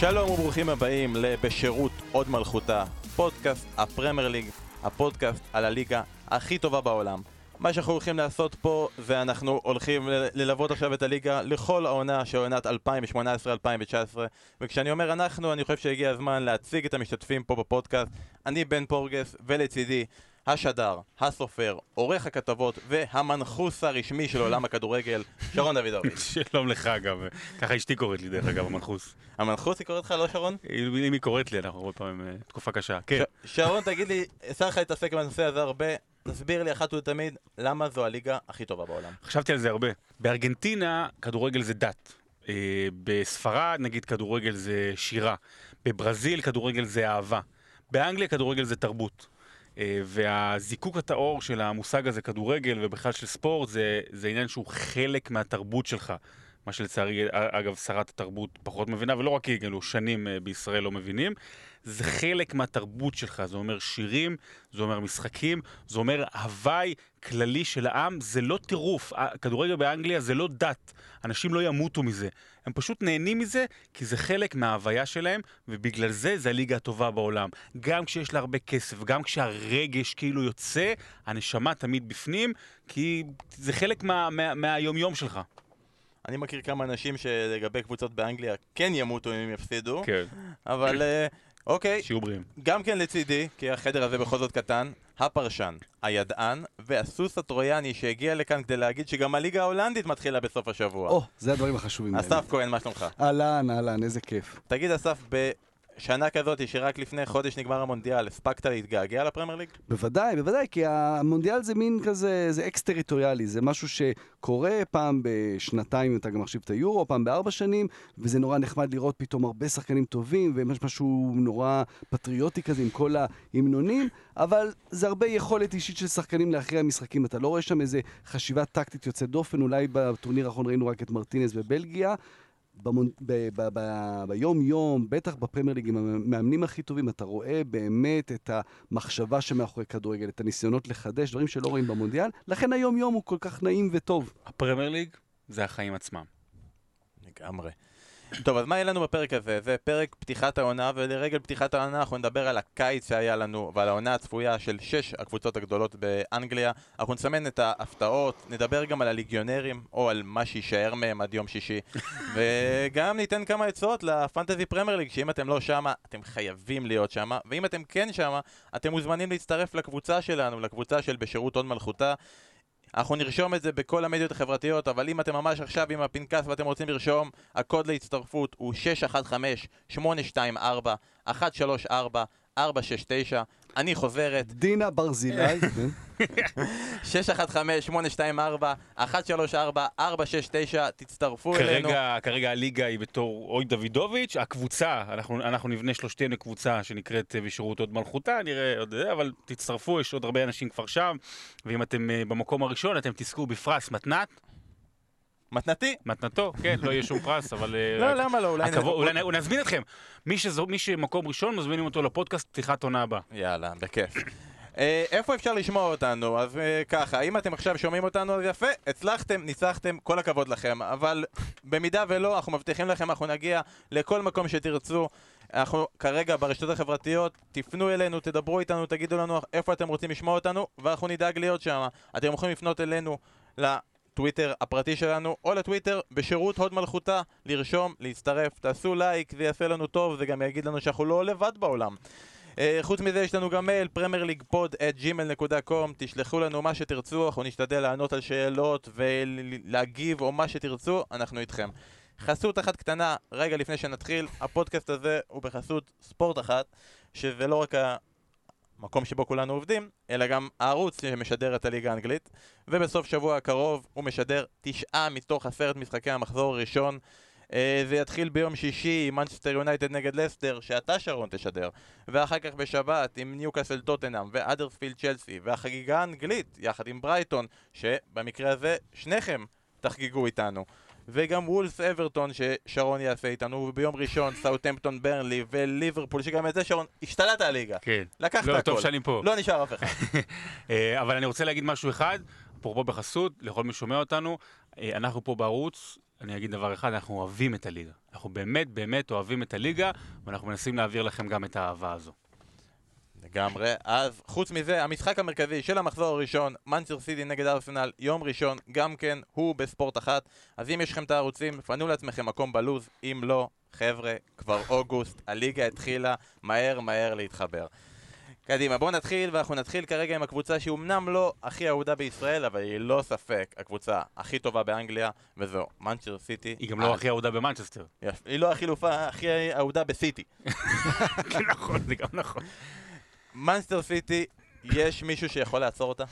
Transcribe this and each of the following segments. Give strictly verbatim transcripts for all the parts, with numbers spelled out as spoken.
שלום וברוכים הבאים לבשירות עוד מלכותה, פודקאסט הפרמייר ליג, הפודקאסט על הליגה הכי טובה בעולם. מה שאנחנו הולכים לעשות פה זה אנחנו הולכים ללוות עכשיו את הליגה לכל העונה של עונת אלפיים שמונה עשרה אלפיים תשע עשרה, וכשאני אומר אנחנו, אני חושב שהגיע הזמן להציג את המשתתפים פה בפודקאסט. אני בן פורגס, ולצידי השדר, הסופר, עורך הכתבות והמנחוס הרשמי של עולם הכדורגל, שרון דוידוביץ'. שלום לך אגב, ככה אשתי קוראת לי דרך אגב, המנחוס. המנחוס היא קוראת לך, לא שרון? אם היא קוראת לי, אנחנו רואים פעם תקופה קשה. כן. שרון, תגיד לי, אפשר לך להתעסק בנושא הזה הרבה, תסביר לי אחת ולתמיד, למה זו הליגה הכי טובה בעולם? חשבתי על זה הרבה. בארגנטינה כדורגל זה דת. בספרד נגיד כדורגל זה שירה. בברזיל כדורגל זה אהבה. באנגליה כדורגל זה תרבות. והזיקוק הטהור של המושג הזה, כדורגל ובכלל של ספורט, זה, זה עניין שהוא חלק מהתרבות שלך. מה שלצערי, אגב, שרת התרבות פחות מבינה, ולא רק כאילו שנים בישראל לא מבינים. זה חלק מהתרבות שלך, זה אומר שירים, זה אומר משחקים, זה אומר הוואי כללי של העם, זה לא טירוף. כדורגל באנגליה זה לא דת, אנשים לא ימותו מזה. הם פשוט נהנים מזה, כי זה חלק מההוויה שלהם, ובגלל זה זה הליגה הטובה בעולם. גם כשיש לה הרבה כסף, גם כשהרגש כאילו יוצא, הנשמה תמיד בפנים, כי זה חלק מה, מה, מהיום-יום שלך. אני מכיר כמה אנשים שלגבי קבוצות באנגליה כן ימותו אם הם יפסידו, כן. אבל אוקיי, שיהיו בריאים. גם כן לצידי, כי החדר הזה בכל זאת קטן, הפרשן, הידען והסוס הטרויאני שהגיע לכאן כדי להגיד שגם הליגה ההולנדית מתחילה בסוף השבוע. או, זה הדברים החשובים. אסף כהן, מה שלומך? אהלן, אהלן, איזה כיף. תגיד אסף, בשנה כזאת שרק לפני חודש נגמר המונדיאל, הספקת להתגעגע לפרמייר ליג? בוודאי, בוודאי, כי המונדיאל זה מין כזה, זה אקס-טריטוריאלי, זה משהו שקורה פעם בשנתיים, אתה גם מחשיב את היורו, פעם בארבע שנים, וזה נורא נחמד לראות פתאום הרבה שחקנים טובים, ומשהו נורא פטריוטי כזה עם כל ההמנונים, אבל זה הרבה יכולת אישית של שחקנים לאחרי המשחקים, אתה לא רואה שם איזה חשיבה טקטית יוצאת דופן, אולי בטורניר האחרון ראינו רק את מרטינס בבלגיה, ביום יום, בטח בפרמייר ליג עם המאמנים הכי טובים, אתה רואה באמת את המחשבה שמאחורי כדורגל, את הניסיונות לחדש, דברים שלא רואים במונדיאל, לכן היום יום הוא כל כך נעים וטוב. הפרמייר ליג זה החיים עצמם. לגמרי. טוב, אז מה יהיה לנו בפרק הזה? זה פרק פתיחת העונה, ולרגל פתיחת העונה אנחנו נדבר על הקיץ שהיה לנו ועל העונה הצפויה של שש הקבוצות הגדולות באנגליה. אנחנו נסמן את ההפתעות, נדבר גם על הליגיונרים או על מה שישאר מהם עד יום שישי, וגם ניתן כמה עצות לפנטזי פרמייר ליג, שאם אתם לא שמה, אתם חייבים להיות שמה, ואם אתם כן שמה, אתם מוזמנים להצטרף לקבוצה שלנו, לקבוצה של בשירות עוד מלכותה. אנחנו נרשום את זה בכל המדיות החברתיות, אבל אם אתם ממש עכשיו עם הפנקס ואתם רוצים לרשום, הקוד להצטרפות הוא שש אחת חמש שמונה שתיים ארבע אחת שלוש ארבע ארבע שש תשע. אני חוזרת. דינה ברזילי. שש אחת חמש שמונה שתיים ארבע אחת שלוש ארבע ארבע שש תשע, תצטרפו אלינו. כרגע, כרגע הליגה היא בתור אוי דוידוביץ', הקבוצה, אנחנו, אנחנו נבנה שלושתנו קבוצה שנקראת בשירות עוד מלכותה, נראה עוד זה, אבל תצטרפו, יש עוד הרבה אנשים כבר שם, ואם אתם במקום הראשון, אתם תזכו בפרס מתנת. מתנתי? מתנתו, כן, לא יהיה שום פרס, אבל... לא, למה לא? אולי נזמין אתכם. מי שמקום ראשון, מזמינים אותו לפודקאסט פתיחת עונה הבאה. יאללה, בכיף. איפה אפשר לשמוע אותנו? אז ככה, אם אתם עכשיו שומעים אותנו, אז יפה, הצלחתם, ניצחתם, כל הכבוד לכם, אבל במידה ולא, אנחנו מבטיחים לכם, אנחנו נגיע לכל מקום שתרצו. אנחנו כרגע ברשתות החברתיות, תפנו אלינו, תדברו איתנו, תגידו לנו איפה אתם רוצים לשמוע אותנו, ואנחנו נדאג להיות שם. אתם יכולים לפנות אלינו לטוויטר הפרטי שלנו, או לטוויטר בשירות הוד מלכותה, לרשום, להצטרף, תעשו לייק, זה יעשה לנו טוב, זה גם יגיד לנו שאנחנו לא לבד בעולם. חוץ מזה יש לנו גם מייל, פרמייר ליג פוד את ג'ימייל נקודה קום, תשלחו לנו מה שתרצו, אנחנו נשתדל לענות על שאלות ולהגיב או מה שתרצו, אנחנו איתכם. חסות אחת קטנה, רגע לפני שנתחיל, הפודקאסט הזה הוא בחסות ספורט אחת, שזה לא רק המקום שבו כולנו עובדים, אלא גם הערוץ שמשדר את הליגה האנגלית, ובסוף שבוע הקרוב הוא משדר תשעה מתוך עשרת משחקי המחזור הראשון. זה יתחיל ביום שישי עם מנצ'סטר יונייטד נגד לסטר, שאתה שרון תשדר, ואחר כך בשבת עם ניוקאסל טוטנהאם והאדרספילד צ'לסי, והחגיגה האנגלית יחד עם ברייטון, שבמקרה הזה שניכם תחגיגו איתנו, וגם וולס אברטון ששרון יעשה איתנו, וביום ראשון סאות'המפטון ברנלי וליברפול, שגם את זה שרון השתלט הליגה. כן. לקחת לא, הכל. טוב שאני פה. לא נשאר אף אחד. אבל אני רוצה להגיד משהו אחד, פה בחסות, לכל מי שומע אותנו, אנחנו פה בערוץ, אני אגיד דבר אחד, אנחנו אוהבים את הליגה. אנחנו באמת באמת אוהבים את הליגה, ואנחנו מנסים להעביר לכם גם את האהבה הזו. לגמרי. אז חוץ מזה, המשחק המרכזי של המחזור הראשון, מנצ'סטר סיטי נגד ארסנל, יום ראשון, גם כן, הוא בספורט אחת. אז אם יש לכם את הערוצים, פנו לעצמכם מקום בלוז. אם לא, חבר'ה, כבר אוגוסט, הליגה התחילה, מהר מהר להתחבר. קדימה, בואו נתחיל, ואנחנו נתחיל כרגע עם הקבוצה שהיא אמנם לא הכי אהודה בישראל, אבל היא לא ספק הקבוצה הכי טובה באנגליה, וזו מנצ'סטר סיטי. היא גם לא הכי אהודה במנצ'סטר. היא לא הכי אלופה, הכי אהודה בסיטי. כן, נכון, זה גם נכון. מנצ'סטר סיטי, יש מישהו שיכול לעצור אותה?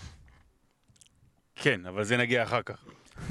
כן, אבל זה נגיע אחר כך.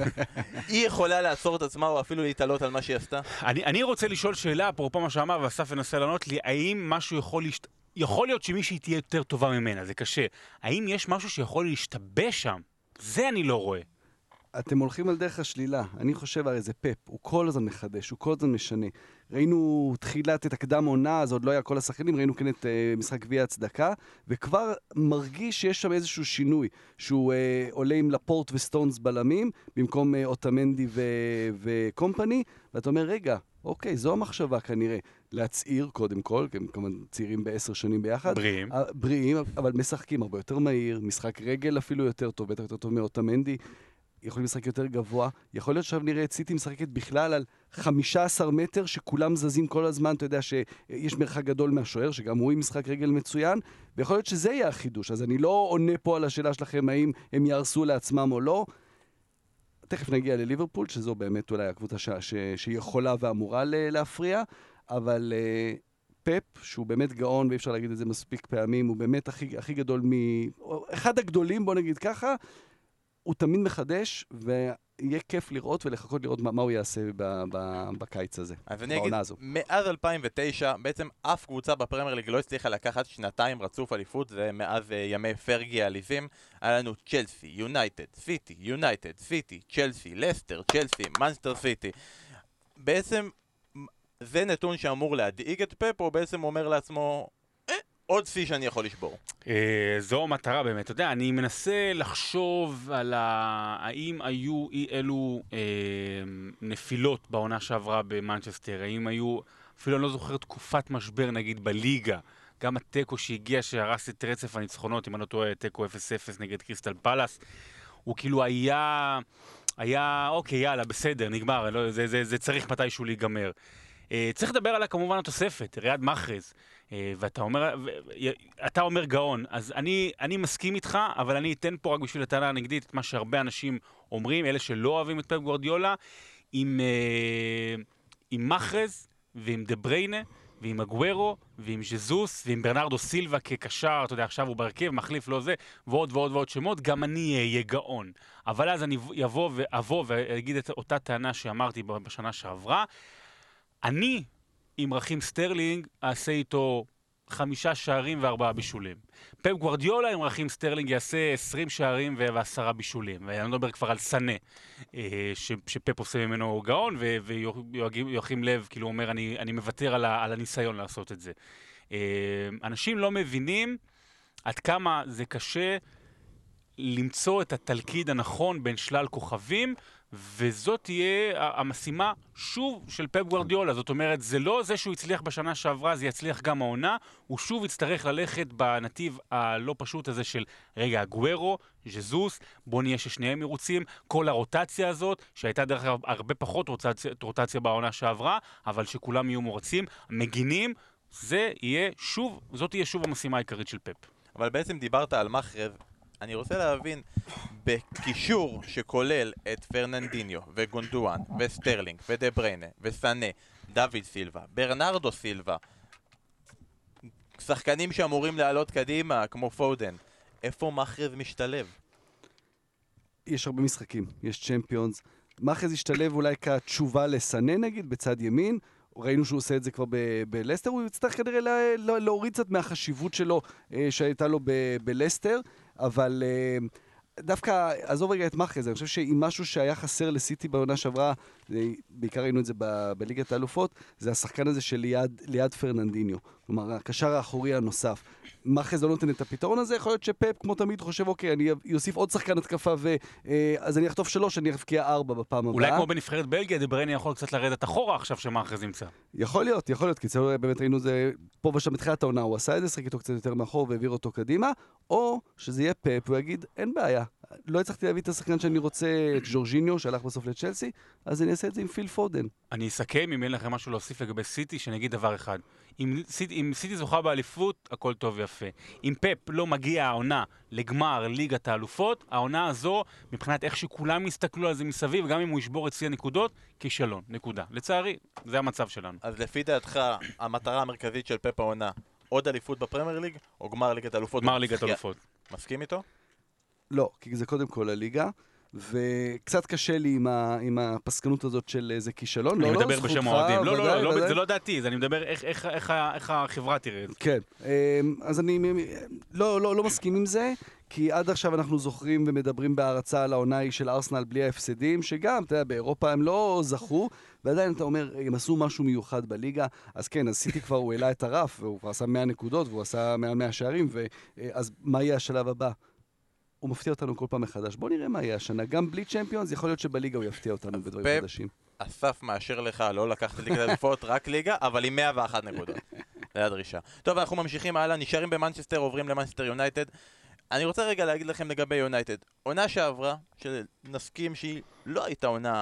היא יכולה לעצור את עצמה או אפילו להתעלות על מה שהיא עשתה? אני, אני רוצה לשאול שאלה, אפרופו מה שאמר, ואסף ינסה לענות לי, האם משהו יכול להשת... יכול להיות שמישהי תהיה יותר טובה ממנה, זה קשה. האם יש משהו שיכול להשתבש שם? זה אני לא רואה. אתם הולכים על דרך השלילה. אני חושב הרי זה פפ, הוא כל הזמן מחדש, הוא כל הזמן משנה. ראינו תחילת את הקדם עונה, אז עוד לא היה כל השחקנים, ראינו כאן את uh, משחק גביע הצדקה, וכבר מרגיש שיש שם איזשהו שינוי, שהוא uh, עולה עם לפורט וסטונס בלמים, במקום uh, אוטמנדי ו- וקומפני, ואתה אומר, רגע, אוקיי, זו המחשבה כנראה. להצעיר קודם כל, כי הם כמובן צעירים בעשר שנים ביחד. בריאים. בריאים, אבל משחקים הרבה יותר מהיר, משחק רגל אפילו יותר טוב, בטח יותר טוב מאוטמנדי. יכולים לשחק יותר גבוה, יכול להיות עכשיו נראה את סיטי משחקת בכלל על חמישה עשר מטר שכולם זזים כל הזמן, אתה יודע שיש מרחק גדול מהשוער, שגם הוא עם משחק רגל מצוין, ויכול להיות שזה יהיה החידוש, אז אני לא עונה פה על השאלה שלכם האם הם יהרסו לעצמם או לא. תכף נגיע לליברפול, שזו באמת אולי הקבוצה ש- ש- שיכולה ואמורה ל- להפריע, אבל uh, פפ, שהוא באמת גאון, ואי אפשר להגיד את זה מספיק פעמים, הוא באמת הכי, הכי גדול מ... אחד הגדולים, בוא נגיד ככה, הוא תמיד מחדש, ויהיה כיף לראות ולחכות לראות מה, מה הוא יעשה ב, ב, בקיץ הזה, אז אני אגיד, הזו. מאז אלפיים ותשע, בעצם אף קבוצה בפרמייר ליג לא הצליחה לקחת שנתיים רצוף אליפות, זה מאז uh, ימי פרגי העליזים. היה לנו צ'לסי, יונייטד, סיטי, יונייטד, סיטי, צ'לסי, לסטר, צ'לסי, מנצ'סטר סיטי. בעצם זה נתון שאמור להדאיג את פפ, או בעצם אומר לעצמו, אה, עוד שיא שאני יכול לשבור. אה, זו המטרה באמת. אתה יודע, אני מנסה לחשוב על ה... האם היו אי אלו אה, נפילות בעונה שעברה במנצ'סטר, האם היו, אפילו אני לא זוכר תקופת משבר נגיד בליגה, גם הטקו שהגיע שהרס את רצף הניצחונות, אם אני לא טועה, טקו אפס אפס נגד קריסטל פלאס, הוא כאילו היה, היה, אוקיי, יאללה, בסדר, נגמר, לא, זה, זה, זה צריך מתישהו להיגמר. Uh, צריך לדבר עליה כמובן התוספת, ריאד מחרז, uh, ואתה אומר, אתה אומר גאון, אז אני, אני מסכים איתך, אבל אני אתן פה רק בשביל הטענה הנגדית את מה שהרבה אנשים אומרים, אלה שלא אוהבים את פפ גוארדיולה, עם, uh, עם מחרז ועם דה בריינה, ועם אגוארו, ועם ז'זוס, ועם ברנרדו סילבה כקשר, אתה יודע, עכשיו הוא בהרכב, מחליף לא זה, ועוד ועוד ועוד שמות, גם אני אהיה גאון. אבל אז אני אבוא ואבוא ואגיד את אותה טענה שאמרתי בשנה שעברה, אני, עם רכים סטרלינג, אעשה איתו חמישה שערים וארבעה בישולים. פפ גוארדיולה עם רכים סטרלינג יעשה עשרים שערים ועשרה בישולים. ואני מדבר כבר על סנה, שפפ עושה ממנו גאון, ויוחים לב, כאילו אומר, אני, אני מוותר על, ה, על הניסיון לעשות את זה. אנשים לא מבינים עד כמה זה קשה למצוא את התלכיד הנכון בין שלל כוכבים, וזאת תהיה המשימה שוב של פפ גוארדיולה. זאת אומרת, זה לא זה שהוא הצליח בשנה שעברה, זה יצליח גם העונה, הוא שוב יצטרך ללכת בנתיב הלא פשוט הזה של רגע, אגוארו, ז'זוס, בוא נהיה ששניהם מרוצים, כל הרוטציה הזאת, שהייתה דרך הרבה פחות רוטציה, רוטציה בעונה שעברה, אבל שכולם יהיו מורצים, מגינים, זה יהיה שוב, זאת תהיה שוב המשימה העיקרית של פפ. אבל בעצם דיברת על מחרז, אני רוצה להבין, בקישור שכולל את פרננדיניו וגונדואן וסטרלינג ודה בריינה וסנה, דוד סילבה, ברנרדו סילבה, שחקנים שאמורים לעלות קדימה כמו פודן, איפה מחרז משתלב? יש הרבה משחקים, יש צ'מפיונס. מחרז ישתלב אולי כתשובה לסנה נגיד בצד ימין, ראינו שהוא עושה את זה כבר ב- בלסטר, הוא יצטרך כנראה לה- לה- להוריד קצת מהחשיבות שלו אה, שהייתה לו ב- בלסטר, אבל אה, דווקא, עזוב רגע את מחרז, אני חושב שאם משהו שהיה חסר לסיטי בעונה שעברה, בעיקר ראינו את זה ב- בליגת האלופות, זה השחקן הזה של ליד, ליד פרננדיניו. כלומר, הקשר האחורי הנוסף. מאחז לא נותן את הפתרון הזה, יכול להיות שפפ, כמו תמיד, חושב, אוקיי, אני אוסיף עוד שחקן התקפה, ואז אני אחטוף שלוש, אני אבקיע ארבע בפעם הבאה. אולי כמו בנבחרת בלגיה, דברייני יכול קצת לרדת אחורה עכשיו שמאחז נמצא. יכול להיות, יכול להיות, כי זה באמת ראינו זה פה ושם בתחילת העונה, הוא עשה את זה, שחק איתו קצת יותר מאחור והעביר אותו קדימה, או שזה יהיה פפ, הוא יגיד, אין בעיה, לא הצלחתי להביא את השחקן שאני רוצה, את ז'ורג'יניו, שהלך בסוף לצ'לסי, אז אני אעשה את זה עם פיל פודן. אני אסכם, אם אין לכם משהו להוסיף לגבי סיטי, שאני אגיד דבר אחד. אם סיטי, אם סיטי זוכה באליפות, הכל טוב ויפה. אם פפ לא מגיע העונה לגמר ליגת האלופות, העונה הזו, מבחינת איך שכולם יסתכלו על זה מסביב, גם אם הוא ישבור את שיא הנקודות, כישלון, נקודה. לצערי, זה המצב שלנו. אז לפי דעתך, המטרה המרכזית של פפ העונה, עוד אליפות בפרמייר ליג, או גמר ליגת האלופות? גמר ליגת האלופות. מסכים איתו? לא, כי זה קודם כל הליגה, וקצת קשה לי עם, ה, עם הפסקנות הזאת של איזה כישלון. אני לא, מדבר לא, בשם זכותך, האוהדים. לא, ודאי, לא, לא, ודאי. זה לא דעתי, זה אני מדבר איך, איך, איך, איך החברה תראה את זה. כן, אז אני לא, לא, לא מסכים עם זה, כי עד עכשיו אנחנו זוכרים ומדברים בהרצה על העונה היא של ארסנל בלי ההפסדים, שגם, אתה יודע, באירופה הם לא זכו, ועדיין אתה אומר, הם עשו משהו מיוחד בליגה, אז כן, אז סיטי כבר הוא העלה את הרף, והוא כבר עשה מאה נקודות, והוא עשה מעל מאה שערים, אז מה יהיה השלב הבא? הוא מפתיע אותנו כל פעם מחדש. בוא נראה מה יהיה השנה. גם בלי צ'מפיונס, יכול להיות שבליגה הוא יפתיע אותנו בדברים פפ, חדשים. אסף מאשר לך לא לקחת ליגת האלופות, רק ליגה, אבל עם מאה ואחת נקודות. זה הדרישה. טוב, אנחנו ממשיכים הלאה, נשארים במנצ'סטר, עוברים למנצ'סטר יונייטד. אני רוצה רגע להגיד לכם לגבי יונייטד. עונה שעברה, שנסכים שהיא לא הייתה עונה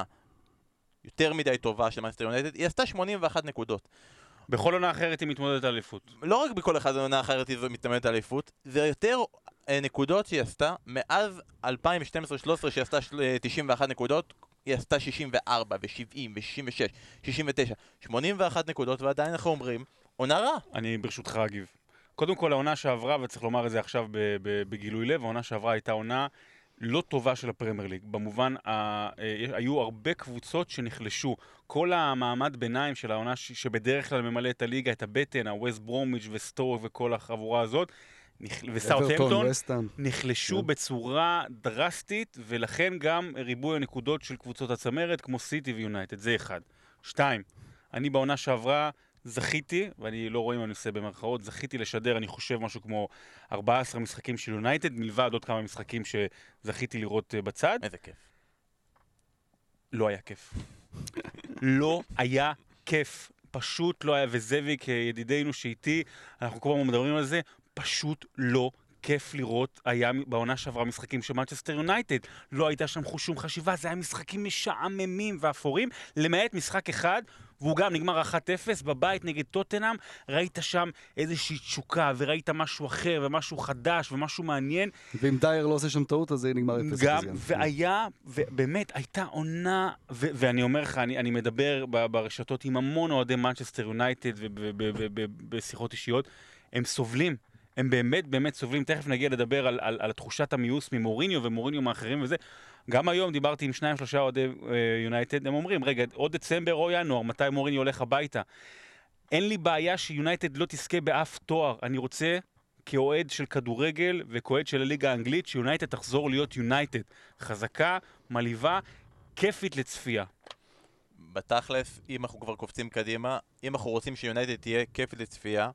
יותר מדי טובה של מנצ'סטר יונייטד, היא עשתה שמונים ואחת נקודות. בכל עונה אחרת היא מתמודדת על אליפות. לא רק בכל אחד עונה אחרת היא מתמודדת על אליפות, זה יותר נקודות שהיא עשתה מאז אלפיים שתים עשרה שלוש עשרה שהיא עשתה תשעים ואחת נקודות, היא עשתה שישים וארבע ו-שבעים ו-שישים ושש, שישים ותשע, שמונים ואחת נקודות, ועדיין אנחנו אומרים, עונה רע. אני ברשותך אגיב. קודם כל העונה שעברה, וצריך לומר את זה עכשיו בגילוי לב, העונה שעברה הייתה עונה לא טובה של הפרמייר ליג. במובן, היו הרבה קבוצות שנחלשו. כל המעמד ביניים של העונה שבדרך כלל ממלא את הליגה, את הבטן, הווסט ברומיץ' וסטורק וכל החבורה הזאת, וסאות'המפטון נחלשו בצורה דרסטית, ולכן גם ריבוי הנקודות של קבוצות הצמרת כמו סיטי ויונייטד. זה אחד. שתיים, אני בעונה שעברה זכיתי, ואני לא רואה אם אני עושה במרכאות, זכיתי לשדר, אני חושב, משהו כמו ארבעה עשר משחקים של יונייטד, מלבד עוד כמה משחקים שזכיתי לראות בצד. איזה כיף. לא היה כיף. לא היה כיף. פשוט לא היה, וזאביק, ידידינו שאיתי, אנחנו כל פעם מדברים על זה, פשוט לא כיף לראות, היה בעונה שעברה משחקים של מנצ'סטר יונייטד, לא הייתה שם שום חשיבה, זה היה משחקים משעממים ואפורים, למעט משחק אחד, והוא גם נגמר אחת אפס בבית נגד טוטנהאם, ראית שם איזושהי תשוקה, וראית משהו אחר, ומשהו חדש, ומשהו מעניין. ואם דייר לא עושה שם טעות, אז זה נגמר אפס. גם, והיה, ובאמת, הייתה עונה, ו- ואני אומר לך, אני, אני מדבר ברשתות עם המון אוהדי מנצ'סטר יונייטד, ובשיחות אישיות, הם סובלים. הם באמת באמת סובלים, תכף נגיע לדבר על, על, על תחושת המיוס ממוריניו ומוריניו מאחרים וזה. גם היום דיברתי עם שניים שלושה אוהדי יונייטד, הם אומרים, רגע, עוד דצמבר או ינואר, מתי מוריניו הולך הביתה? אין לי בעיה שיונייטד לא תזכה באף תואר, אני רוצה כאוהד של כדורגל וכאוהד של הליגה האנגלית, שיונייטד תחזור להיות יונייטד. חזקה, מליבה, כיפית לצפייה. בתכלס, אם אנחנו כבר קופצים קדימה, אם אנחנו רוצים שיונייטד תהיה כיפית לצפייה,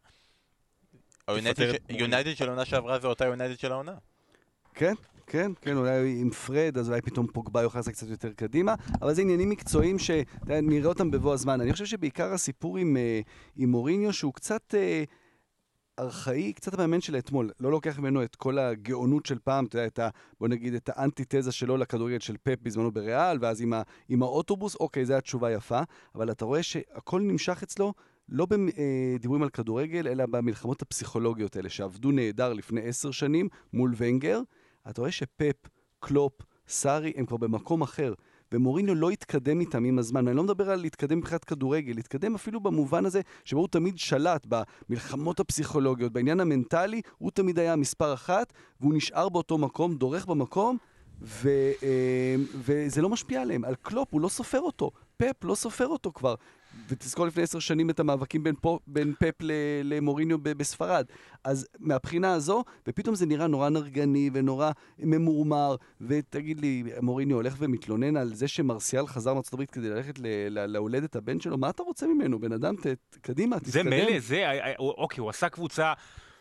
יונייטד של העונה שעברה זה אותה יונייטד של העונה. כן, כן, כן, אולי עם פרד, אז אולי פתאום פוגבה יוכל לעשות קצת יותר קדימה, אבל זה עניינים מקצועיים שנראה אותם בבוא הזמן. אני חושב שבעיקר הסיפור עם, עם מוריניו, שהוא קצת ארכאי, קצת המאמן של אתמול, לא לוקח ממנו את כל הגאונות של פעם, אתה יודע, את ה, בוא נגיד, את האנטיתזה שלו לכדורגל של פפ בזמנו בריאל, ואז עם, ה, עם האוטובוס, אוקיי, זו התשובה יפה, אבל אתה רואה שהכל נמשך אצלו, לא בדיבורים על כדורגל, אלא במלחמות הפסיכולוגיות האלה, שעבדו נהדר לפני עשר שנים מול ונגר. אתה רואה שפפ, קלופ, סארי, הם כבר במקום אחר, ומוריניו לא התקדם איתם עם הזמן. אני לא מדבר על להתקדם מבחינת כדורגל, להתקדם אפילו במובן הזה שבו הוא תמיד שלט במלחמות הפסיכולוגיות, בעניין המנטלי, הוא תמיד היה מספר אחת, והוא נשאר באותו מקום, דורך במקום, ו, וזה לא משפיע עליהם. על קלופ הוא לא סופר אותו, פפ לא סופר אותו כבר. ותזכור לפני עשר שנים את המאבקים בין, פופ, בין פפ למוריניו בספרד. אז מהבחינה הזו, ופתאום זה נראה נורא נרגני ונורא ממורמר, ותגיד לי, מוריניו הולך ומתלונן על זה שמרסיאל חזר מארצות הברית כדי ללכת להולדת הבן שלו, מה אתה רוצה ממנו? בן אדם, ת, קדימה, תתקדם. זה מלא, זה, אוקיי, הוא עשה קבוצה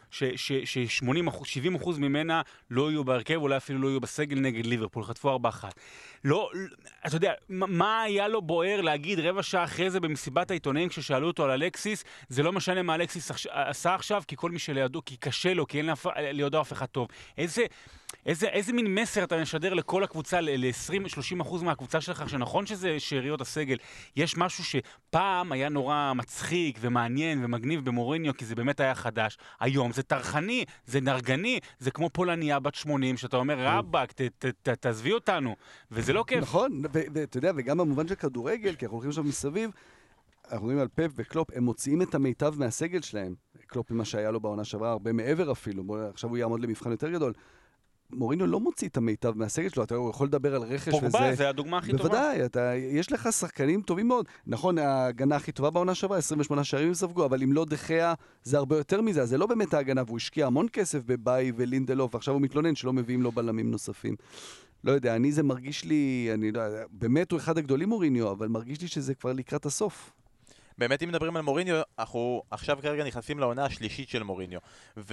ש-שמונים אחוז, שבעים אחוז ממנה לא יהיו בהרכב, אולי אפילו לא יהיו בסגל נגד ליברפול, חטפו ארבע אחת. לא, אתה יודע, מה היה לו בוער להגיד רבע שעה אחרי זה במסיבת העיתונאים כששאלו אותו על אלקסיס, זה לא משנה מה אלקסיס עשה עכשיו, כי כל מי שלידו, כי קשה לו, כי אין לידו אף אחד טוב. איזה... איזה, איזה מין מסר אתה משדר לכל הקבוצה, ל-עשרים שלושים אחוז מהקבוצה שלך, שנכון שזה שאריות הסגל, יש משהו שפעם היה נורא מצחיק ומעניין ומגניב במוריניו, כי זה באמת היה חדש. היום זה טרחני, זה נרגני, זה כמו פולניה בת שמונים, שאתה אומר, רבק, ת, ת, ת, תעזבי אותנו, וזה לא כיף. נכון, ואתה יודע, וגם במובן של כדורגל, כי אנחנו הולכים עכשיו מסביב, אנחנו רואים על פפ וקלופ, הם מוציאים את המיטב מהסגל שלהם. קלופ ממה שהיה לו בעונה שעברה, הרבה מעבר אפילו, עכשיו הוא יעמוד למבחן יותר גדול. מוריניו לא מוציא את המיטב מהסגל שלו, אתה יכול לדבר על רכש וזה... פוגבה, זה הדוגמה הכי טובה. בוודאי, אתה, יש לך שחקנים טובים מאוד. נכון, ההגנה הכי טובה בעונה שעברה, עשרים ושמונה שערים ספגו, אבל אם לא דחיה, זה הרבה יותר מזה, זה לא באמת ההגנה, והוא השקיע המון כסף בבאי ולינדלוף, ועכשיו הוא מתלונן שלא מביאים לו בלמים נוספים. לא יודע, אני זה מרגיש לי, אני לא יודע, באמת הוא אחד הגדולים מוריניו, אבל מרגיש לי שזה כבר לקראת הסוף. באמת אם מדברים על מוריניו, אנחנו עכשיו כרגע נכנסים לעונה השלישית של מוריניו,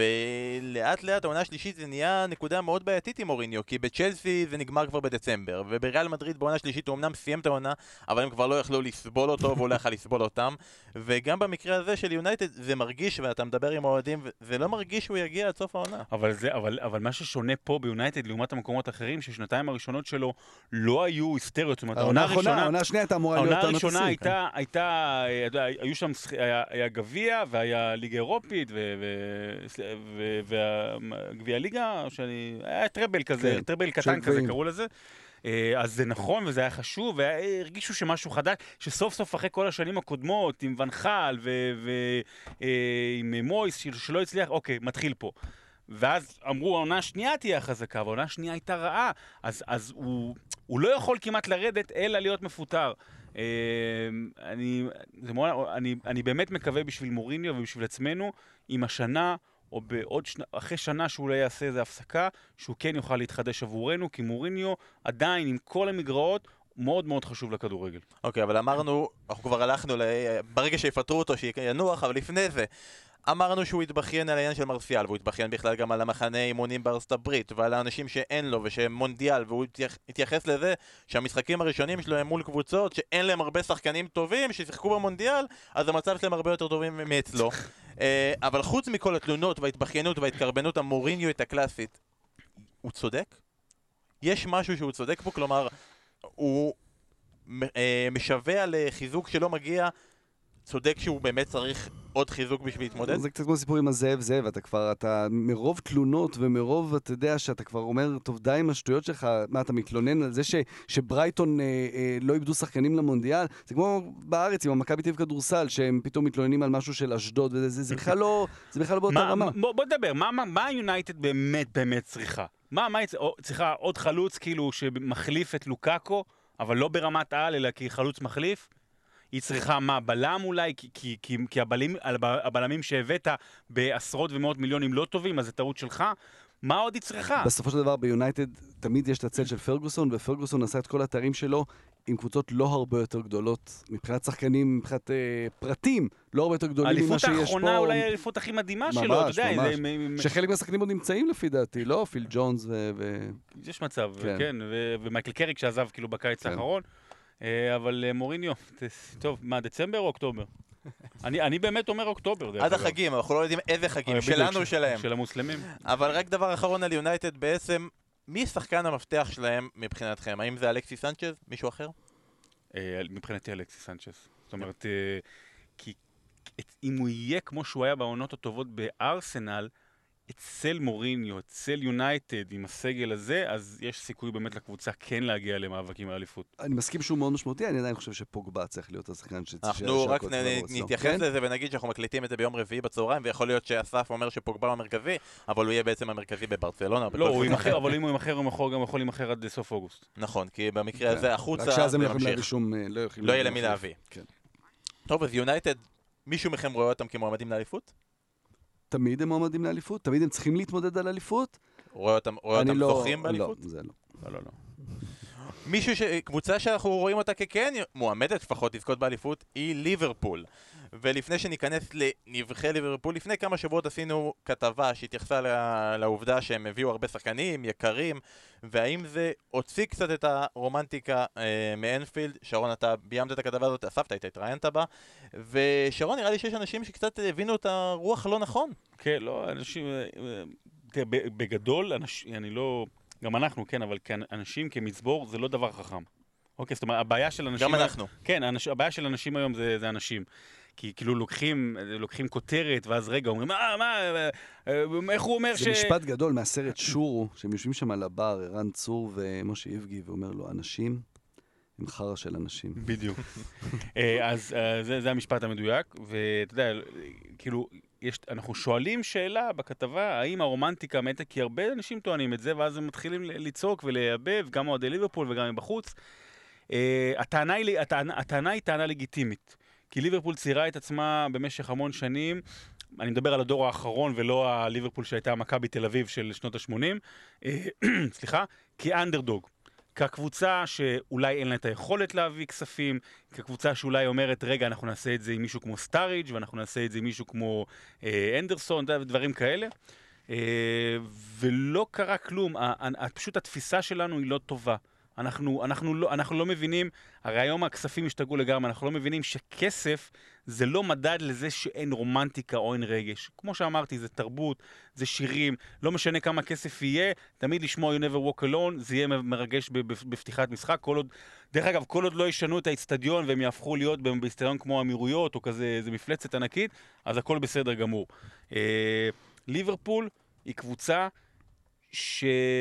ולאט לאט העונה השלישית זה נהיה נקודה מאוד בעייתית עם מוריניו, כי בצ'לסי זה נגמר כבר בדצמבר, ובריאל מדריד בעונה השלישית הוא אמנם סיים את העונה, אבל הם כבר לא יכלו לסבול אותו והוא לא יכל לסבול אותם, וגם במקרה הזה של יונייטד זה מרגיש, ואתה מדבר עם האוהדים, זה לא מרגיש שהוא יגיע עד סוף העונה. אבל, זה, אבל, אבל מה ששונה פה ביונייטד לעומת המקומות האחרים, ששנתיים הראשונות שלו לא היו היסטריות, זאת אומרת, העונה הראשונה, העונה השנייה הייתה אמורה להיות העונה הראשונה הייתה, הייתה, היו שם, היה, היה גביע, והיה ליגה אירופית, וגביע ליגה, שאני, היה טרבל כזה, כן. טרבל קטן כזה, קראו לזה. אז זה נכון, וזה היה חשוב, והרגישו שמשהו חדש, שסוף סוף אחרי כל השנים הקודמות, עם ונחל ועם מויס, שלא הצליח, אוקיי, מתחיל פה. ואז אמרו, העונה השנייה תהיה החזקה, והעונה השנייה הייתה רעה, אז, אז הוא, הוא לא יכול כמעט לרדת, אלא להיות מפוטר. אני, זה מאוד, אני, אני באמת מקווה בשביל מוריניו ובשביל עצמנו, עם השנה, או בעוד שנה, אחרי שנה שאולי יעשה איזו הפסקה, שהוא כן יוכל להתחדש עבורנו, כי מוריניו עדיין עם כל המגרעות, מאוד מאוד חשוב לכדורגל. אוקיי, אבל אמרנו, אנחנו כבר הלכנו, ברגע שיפטרו אותו, שינוח, אבל לפני זה, אמרנו שהוא התבכיין על העניין של מרסיאל, והוא התבכיין בכלל גם על המחנה אימונים בארצות הברית, ועל האנשים שאין לו ושהם מונדיאל, והוא התייחס לזה שהמשחקים הראשונים שלו הם מול קבוצות שאין להם הרבה שחקנים טובים ששיחקו במונדיאל, אז המצב שלהם הרבה יותר טובים מאצלו. אבל חוץ מכל התלונות וההתבכיינות וההתקרבנות המוריניו הקלאסית, הוא צודק? יש משהו שהוא צודק פה? כלומר, הוא משווה לחיזוק שלא מגיע, צודק שהוא באמת צריך עוד חיזוק בשביל להתמודד? זה קצת כמו סיפור עם הזאב זאב, אתה כבר, אתה מרוב תלונות ומרוב, אתה יודע שאתה כבר אומר, טוב די עם השטויות שלך, מה אתה מתלונן על זה ש, שברייטון אה, אה, לא איבדו שחקנים למונדיאל, זה כמו בארץ עם המכבי תל אביב כדורסל, שהם פתאום מתלוננים על משהו של אשדוד, וזה זה, זה בכלל לא, זה בכלל לא באותה רמה. בוא, בוא נדבר, מה, מה, מה יונייטד באמת באמת צריכה? מה, מה צריכה עוד חלוץ כאילו שמחליף את לוקאקו, אבל לא ברמת על, אלא כי חלוץ מחליף? היא צריכה מה, בלם אולי, כי, כי, כי, כי הבלמים, הבלמים שהבאת בעשרות ומאות מיליונים לא טובים, אז זה טעות שלך. מה עוד היא צריכה? בסופו של דבר ביונייטד תמיד יש את הצל של פרגוסון, ופרגוסון עשה את כל התארים שלו עם קבוצות לא הרבה יותר גדולות, מבחינת שחקנים, מבחינת אה, פרטים, לא הרבה יותר גדולים ממה שיש פה. האליפות האחרונה אולי האליפות הכי מדהימה שלו, אתה יודע. ממש, זה, ממש. שחלק מהשחקנים עוד נמצאים לפי דעתי, לא? פיל ג'ונס ו... ו... יש מצב, כן. כן, ו- ומייקל קריק שעזב כאילו בקיץ כן. האחרון. אבל מוריניו, טוב, מה, דצמבר או אוקטובר? אני, אני באמת אומר אוקטובר. עד החגים, אנחנו לא יודעים איזה חגים, שלנו או שלהם. של המוסלמים. אבל רק דבר אחרון על יונייטד בעצם, מי שחקן המפתח שלהם מבחינתכם? האם זה אלכסיס סנצ'ז? מישהו אחר? מבחינתי אלכסיס סנצ'ז. זאת אומרת, כי אם הוא יהיה כמו שהוא היה בעונות הטובות בארסנל, אצל מוריניו, אצל יונייטד, עם הסגל הזה, אז יש סיכוי באמת לקבוצה כן להגיע למאבקים האליפות. אני מסכים שהוא מאוד משמעותי, אני עדיין חושב שפוגבה צריך להיות השחקן שצריך... אנחנו רק נתייחס לזה ונגיד שאנחנו מקליטים את זה ביום רביעי בצהריים, ויכול להיות שאסף אומר שפוגבה הוא המרכזי, אבל הוא יהיה בעצם המרכזי בברצלונה. לא, הוא ימחר, אבל אם הוא ימחר, הוא גם יכול למחר עד סוף אוגוסט. נכון, כי במקרה הזה החוצה... רק שאז הם לא יכולים להביא שום... לא יהיה למי להביא. טוב, אז יונייטד, מישהו מכם רואה אותם כמועמדים לאליפות? תמיד הם מועמדים לאליפות, תמיד הם צריכים להתמודד על אליפות. רואה אותם, רואה אותם לא, זוכים באליפות? לא, זה לא. לא, לא, לא. מישהו ש... קבוצה שאנחנו רואים אותה ככן מועמדת לפחות לזכות באליפות היא ליברפול. ולפני שניכנס לנבחי ליברפול, לפני כמה שבועות עשינו כתבה שהתייחסה לה... לעובדה שהם הביאו הרבה שחקנים יקרים, והאם זה הוציא קצת את הרומנטיקה אה, מאנפילד. שרון, אתה ביימת את הכתבה הזאת, אספת איתה, התראיינת בה, ושרון, נראה לי שיש אנשים שקצת הבינו את הרוח לא נכון. כן, לא, אנשים, תראה, בגדול, אנשים, אני לא, גם אנחנו, כן, אבל כאנשים, כמצבור, זה לא דבר חכם. אוקיי, זאת אומרת, הבעיה של אנשים... גם אנחנו. כן, האנש, הבעיה של אנשים היום זה, זה אנשים. כי כאילו לוקחים, לוקחים כותרת, ואז רגע אומרים, מה, מה, איך הוא אומר זה ש... זה משפט גדול מהסרט שורו, שהם יושבים שם על הבר, ערן צור ומשה איבגי, ואומר לו, אנשים הם חרא של אנשים. בדיוק. אז זה, זה המשפט המדויק, ואתה יודע, כאילו, יש, אנחנו שואלים שאלה בכתבה, האם הרומנטיקה מתה, כי הרבה אנשים טוענים את זה, ואז הם מתחילים לצעוק ולייבב, גם אוהדי ליברפול וגם מבחוץ. הטענה היא, הטענה, הטענה היא טענה לגיטימית. כי ליברפול ציירה את עצמה במשך המון שנים, אני מדבר על הדור האחרון ולא הליברפול שהייתה מכבי תל אביב של שנות ה-שמונים, סליחה, כאנדרדוג. כקבוצה שאולי אין לה את היכולת להביא כספים, כקבוצה שאולי אומרת, רגע, אנחנו נעשה את זה עם מישהו כמו סטאריג' ואנחנו נעשה את זה עם מישהו כמו אה, אנדרסון, דברים כאלה. אה, ולא קרה כלום, פשוט התפיסה שלנו היא לא טובה. אנחנו, אנחנו, לא, אנחנו לא מבינים, הרי היום הכספים השתגעו לגמרי, אנחנו לא מבינים שכסף זה לא מדד לזה שאין רומנטיקה או אין רגש. כמו שאמרתי, זה תרבות, זה שירים, לא משנה כמה כסף יהיה, תמיד לשמוע You Never Walk Alone, זה יהיה מרגש בפתיחת משחק, כל עוד, דרך אגב, כל עוד לא ישנו את האצטדיון והם יהפכו להיות באצטדיון כמו האמירויות או כזה, איזה מפלצת ענקית, אז הכל בסדר גמור. אה, ליברפול היא קבוצה ש...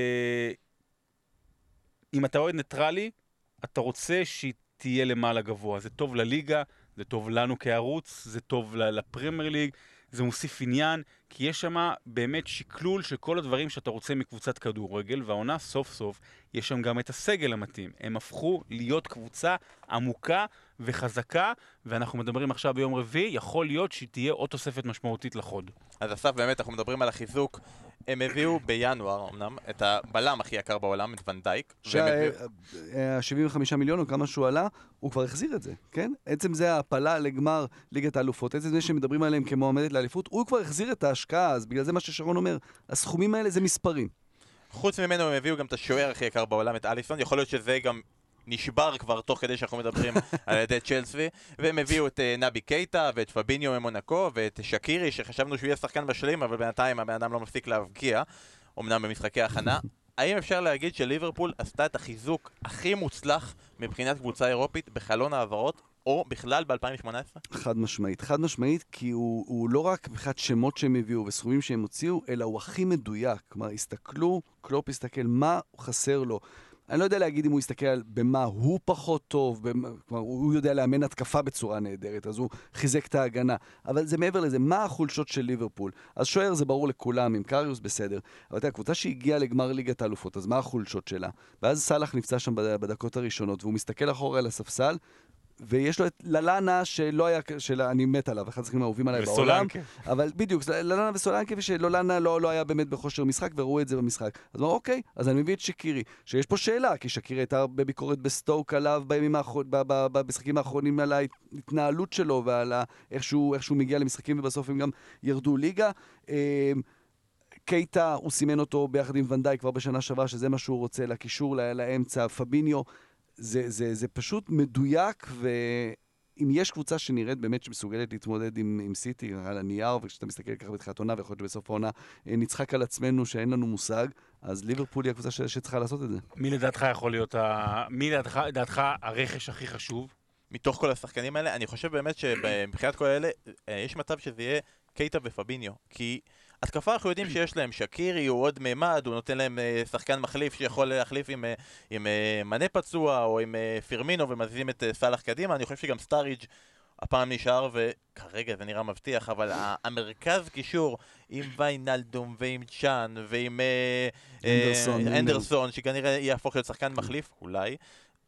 אם אתה אוהד ניטרלי, אתה רוצה שהיא תהיה למעלה גבוה. זה טוב לליגה, זה טוב לנו כערוץ, זה טוב לפרמייר ליג, זה מוסיף עניין, כי יש שם באמת שקלול של כל הדברים שאתה רוצה מקבוצת כדורגל, והעונה סוף סוף יש שם גם את הסגל המתאים. הם הפכו להיות קבוצה עמוקה וחזקה, ואנחנו מדברים עכשיו ביום רביעי, יכול להיות שהיא תהיה עוד תוספת משמעותית לחוד. אז אסף, באמת, אנחנו מדברים על החיזוק. הם הביאו בינואר, אמנם, את הבלם הכי יקר בעולם, את ון דייק. שה-שבעים וחמישה מיליון או כמה שהוא עלה, הוא כבר החזיר את זה, כן? עצם זה ההפלה לגמר ליגת האלופות, עצם זה שמדברים עליהם כמועמדת לאליפות, הוא כבר החזיר את ההשקעה, אז בגלל זה מה ששרון אומר, הסכומים האלה זה מספרים. חוץ ממנו הם הביאו גם את השוער הכי יקר בעולם, את אליסון, יכול להיות שזה גם נשבר כבר תוך כדי שאנחנו מדברים על ידי צ'לסי, והם הביאו את נבי קייטה ואת פביניו ממונקו ואת שקירי, שחשבנו שהוא יהיה שחקן משלים, אבל בינתיים הבן אדם לא מפסיק להבקיע, אמנם במשחקי הכנה. האם אפשר להגיד שליברפול עשתה את החיזוק הכי מוצלח מבחינת קבוצה אירופית בחלון העברות, או בכלל ב-אלפיים שמונה עשרה? חד משמעית, חד משמעית, כי הוא, הוא לא רק מבחינת שמות שהם הביאו וסכומים שהם הוציאו, אלא הוא הכי מדויק. כלומר, הסתכלו, קלופ הסתכל מה חסר לו. אני לא יודע להגיד אם הוא יסתכל על במה הוא פחות טוב, במה, כלומר, הוא יודע לאמן התקפה בצורה נהדרת, אז הוא חיזק את ההגנה. אבל זה מעבר לזה, מה החולשות של ליברפול? אז שוער זה ברור לכולם, עם קריוס בסדר. אבל אתה, הקבוצה שהגיעה לגמר ליגת האלופות, אז מה החולשות שלה? ואז סלאח נפצע שם בדקות הראשונות, והוא מסתכל אחורה על הספסל, ויש לו את ללנה שלא היה, שלה, אני מת עליו, אחד השחקנים האהובים עליי בעולם, אבל בדיוק, ללנה וסולנקה, ושלולנה לא, לא היה באמת בכושר משחק, וראו את זה במשחק. אז אמרו, אוקיי, אז אני מביא את שקירי, שיש פה שאלה, כי שקירי הייתה בביקורת בסטוק עליו, בימים האחרונים, במשחקים האחרונים על ההתנהלות שלו, ועל איך שהוא, איך שהוא מגיע למשחקים, ובסוף הם גם ירדו ליגה. קייטה, הוא סימן אותו ביחד עם ון דייק כבר בשנה שעברה, שזה מה שהוא רוצה, לקישור, לאמצע, פביניו, זה, זה, זה פשוט מדויק, ואם יש קבוצה שנראית באמת שמסוגלת להתמודד עם, עם סיטי על הנייר, וכשאתה מסתכל ככה בתחילת עונה, ויכול להיות שבסוף העונה נצחק על עצמנו שאין לנו מושג, אז ליברפול היא הקבוצה ש, שצריכה לעשות את זה. מי לדעתך יכול להיות, ה... מי לדעתך, לדעתך הרכש הכי חשוב? מתוך כל השחקנים האלה, אני חושב באמת שבבחינת כל האלה, יש מצב שזה יהיה קייטה ופביניו, כי התקפה אנחנו יודעים שיש להם שקירי, הוא עוד מימד, הוא נותן להם uh, שחקן מחליף שיכול להחליף עם, uh, עם uh, מנה פצוע או עם uh, פירמינו ומזיזים את uh, סלאח קדימה. אני חושב שגם סטאריג' הפעם נשאר וכרגע זה נראה מבטיח, אבל המרכז קישור עם ויינלדום ועם צ'אן ועם uh, אנדרסון, uh, אנדרסון שכנראה יהפוך להיות שחקן מחליף, אולי.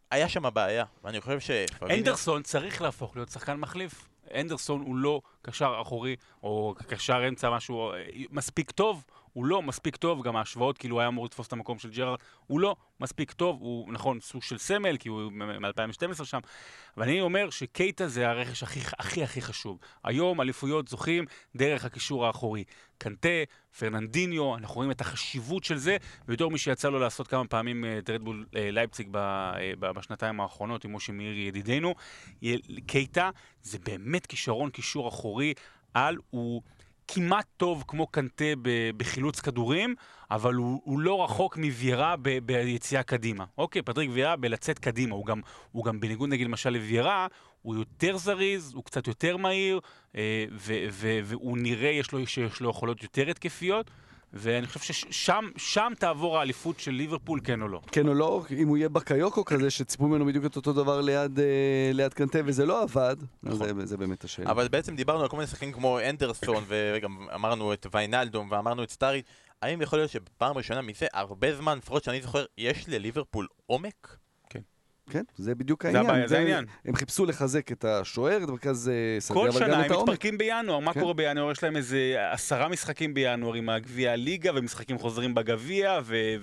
היה שם בעיה, ואני חושב ש... אנדרסון צריך להפוך להיות שחקן מחליף. אנדרסון הוא לא קשר אחורי, או קשר אמצע משהו מספיק טוב, הוא לא מספיק טוב, גם ההשוואות, כאילו הוא היה אמור לתפוס את המקום של ג'רארד, הוא לא מספיק טוב, הוא נכון סוג של סמל, כי הוא מ-אלפיים ושתים עשרה שם, ואני אומר שקייטה זה הרכש הכי הכי הכי חשוב. היום אליפויות זוכים דרך הקישור האחורי. קנטה, פרננדיניו, אנחנו רואים את החשיבות של זה, ובתור מי שיצא לו לעשות כמה פעמים את רדבול לייפציג בשנתיים האחרונות, עם משה מאירי ידידנו, קייטה זה באמת כישרון קישור אחורי, על הוא כמעט טוב כמו קנטה בחילוץ כדורים, אבל הוא, הוא לא רחוק מווירה ב, ביציאה קדימה. אוקיי, פטריק וירה בלצאת קדימה, הוא גם, הוא גם בניגוד נגיד למשל לווירה, הוא יותר זריז, הוא קצת יותר מהיר, אה, ו, ו, והוא נראה, יש לו, יש לו יכולות יותר התקפיות, ואני חושב ששם שם תעבור האליפות של ליברפול, כן או לא. כן או לא, אם הוא יהיה בקיוקו כזה, שציפו ממנו בדיוק את אותו דבר ליד, אה, ליד קנטה, וזה לא עבד, נכון. זה, זה באמת השאלה. אבל בעצם דיברנו על כל מיני שחקים כמו אנדרסון, וגם אמרנו את ויינלדום, ואמרנו את סטארי, האם יכול להיות שבפעם ראשונה מזה הרבה זמן, לפחות שאני זוכר, יש לליברפול עומק? כן, זה בדיוק העניין. זה הבעיה, זה העניין. הם חיפשו לחזק את השוער, את מרכז שדה, כל אבל שנה גם הם את העומק. מתפרקים בינואר, מה קורה בינואר? יש להם איזה עשרה משחקים בינואר עם הגביע הליגה, ומשחקים חוזרים בגביע,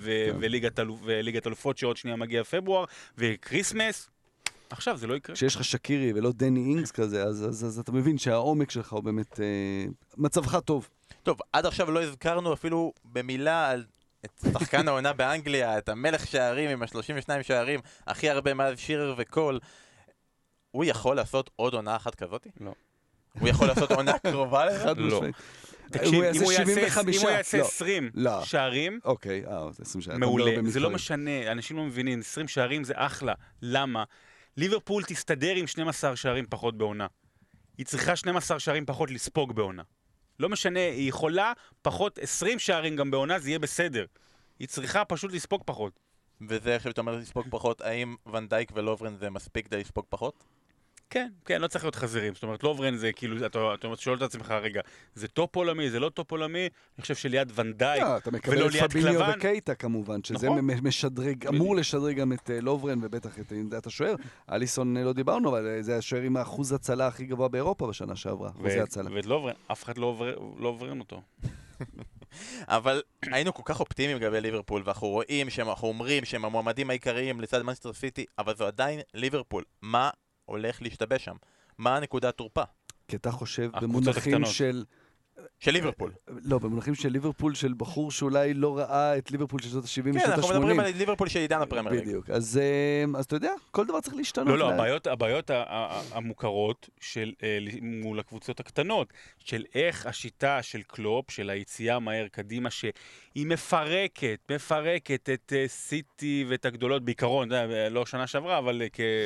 וליגת אלופות שעוד שנייה מגיע פברואר, וקריסמס. עכשיו זה לא יקרה. כשיש לך שקירי ולא דני אינגס כזה, אז, אז, אז אתה מבין שהעומק שלך הוא באמת אה, מצבך טוב. טוב, עד עכשיו לא הזכרנו אפילו במילה על את שחקן העונה באנגליה, את המלך שערים עם ה-שלושים ושניים שערים, הכי הרבה מאז שירר וקול. הוא יכול לעשות עוד עונה אחת כזאת? לא. הוא יכול לעשות עונה קרובה לזה? לא. תקשיב, אם הוא יעשה עשרים שערים, אוקיי, אה, זה עשרים שערים. מעולה, זה לא משנה, אנשים לא מבינים, עשרים שערים זה אחלה. למה? ליברפול תסתדר עם שנים עשר שערים פחות בעונה. היא צריכה שנים עשר שערים פחות לספוג בעונה. לא משנה, היא יכולה פחות עשרים שערים גם בעונה, זה יהיה בסדר. היא צריכה פשוט לספוג פחות. וזה עכשיו אתה אומר לספוג פחות, האם ון דייק ולוברן זה מספיק די לספוג פחות? כן, כן, לא צריך להיות חזירים. זאת אומרת, לוברן זה כאילו, אתה, אתה שואל את עצמך, רגע, זה טופ עולמי, זה לא טופ עולמי? אני חושב שליד ון דייק אתה מקבל את פביניו וקייטה כמובן, שזה משדרג, אמור לשדרג גם את לוברן ובטח את עמדת השוער. אליסון לא דיברנו, אבל זה השוער עם האחוז הצלה הכי גבוה באירופה בשנה שעברה. ואת לוברן, אף אחד לא עוברן אותו. אבל היינו כל כך אופטימיים לגבי ליברפול, ואנחנו רואים שאנחנו אומרים שהם המועמדים העיקריים לצד מנצ'סטר סיטי, אבל זו עדיין ליברפול. מה הולך להשתבש שם? מה הנקודת תורפה? כי אתה חושב במונחים של... של ליברפול. לא, במונחים של ליברפול, של בחור שאולי לא ראה את ליברפול של שנות ה-שבעים ושנות ה-שמונים. כן, אנחנו מדברים על ליברפול של עידן הפרמייר ליג. בדיוק. אז אתה יודע, כל דבר צריך להשתנות. לא, לא, הבעיות המוכרות מול הקבוצות הקטנות, של איך השיטה של קלופ, של היציאה מהר קדימה, שהיא מפרקת, מפרקת את סיטי ואת הגדולות בעיקרון, לא שנה שעברה, אבל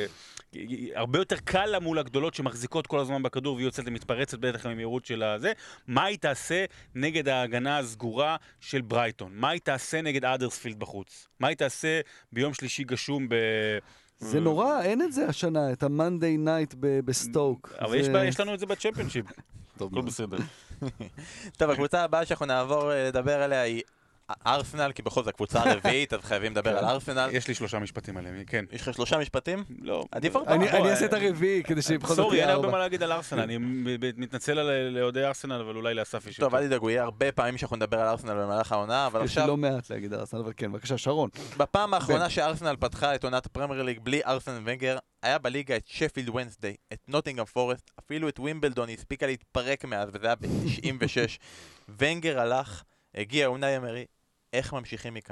הרבה יותר קל לה מול הגדולות שמחזיקות כל הזמן בכדור והיא יוצאת ומתפרצת בטח במהירות של הזה. מה היא תעשה נגד ההגנה הסגורה של ברייטון? מה היא תעשה נגד אדרספילד בחוץ? מה היא תעשה ביום שלישי גשום ב... זה נורא, אין את זה השנה, את המנדי נייט בסטוק. אבל יש לנו את זה בצ'מפיונשיפ. הכל בסדר. טוב, הקבוצה הבאה שאנחנו נעבור לדבר עליה היא ארסנל, כי בכל זאת הקבוצה הרביעית, אז חייבים לדבר על ארסנל. יש לי שלושה משפטים עליהם, כן. יש לך שלושה משפטים? לא. עדיף הרבה. אני אעשה את הרביעי, כדי שבכל זאת סורי, תהיה אין ארבע. הרבה מה להגיד על ארסנל, אני מתנצל לאוהדי ארסנל, אבל אולי לאסף אישית. טוב, אל תדאגו, יהיה הרבה פעמים שאנחנו נדבר על ארסנל במהלך העונה, אבל עכשיו... יש לי לא מעט להגיד על ארסנל, אבל כן, בבקשה, שרון. בפעם האחרונה שארסנל פתחה את עונת הפרמייר ליג בלי ארסן ונגר, היה בליגה את שפילד ונסדיי, את נוטינגהאם פורסט, אפילו את ווימבלדון הספיקה להתפרק מאז, וזה היה ב-תשעים ושש. ונגר הלך, הגיע אונאי אמרי, איך ממשיכים מכאן?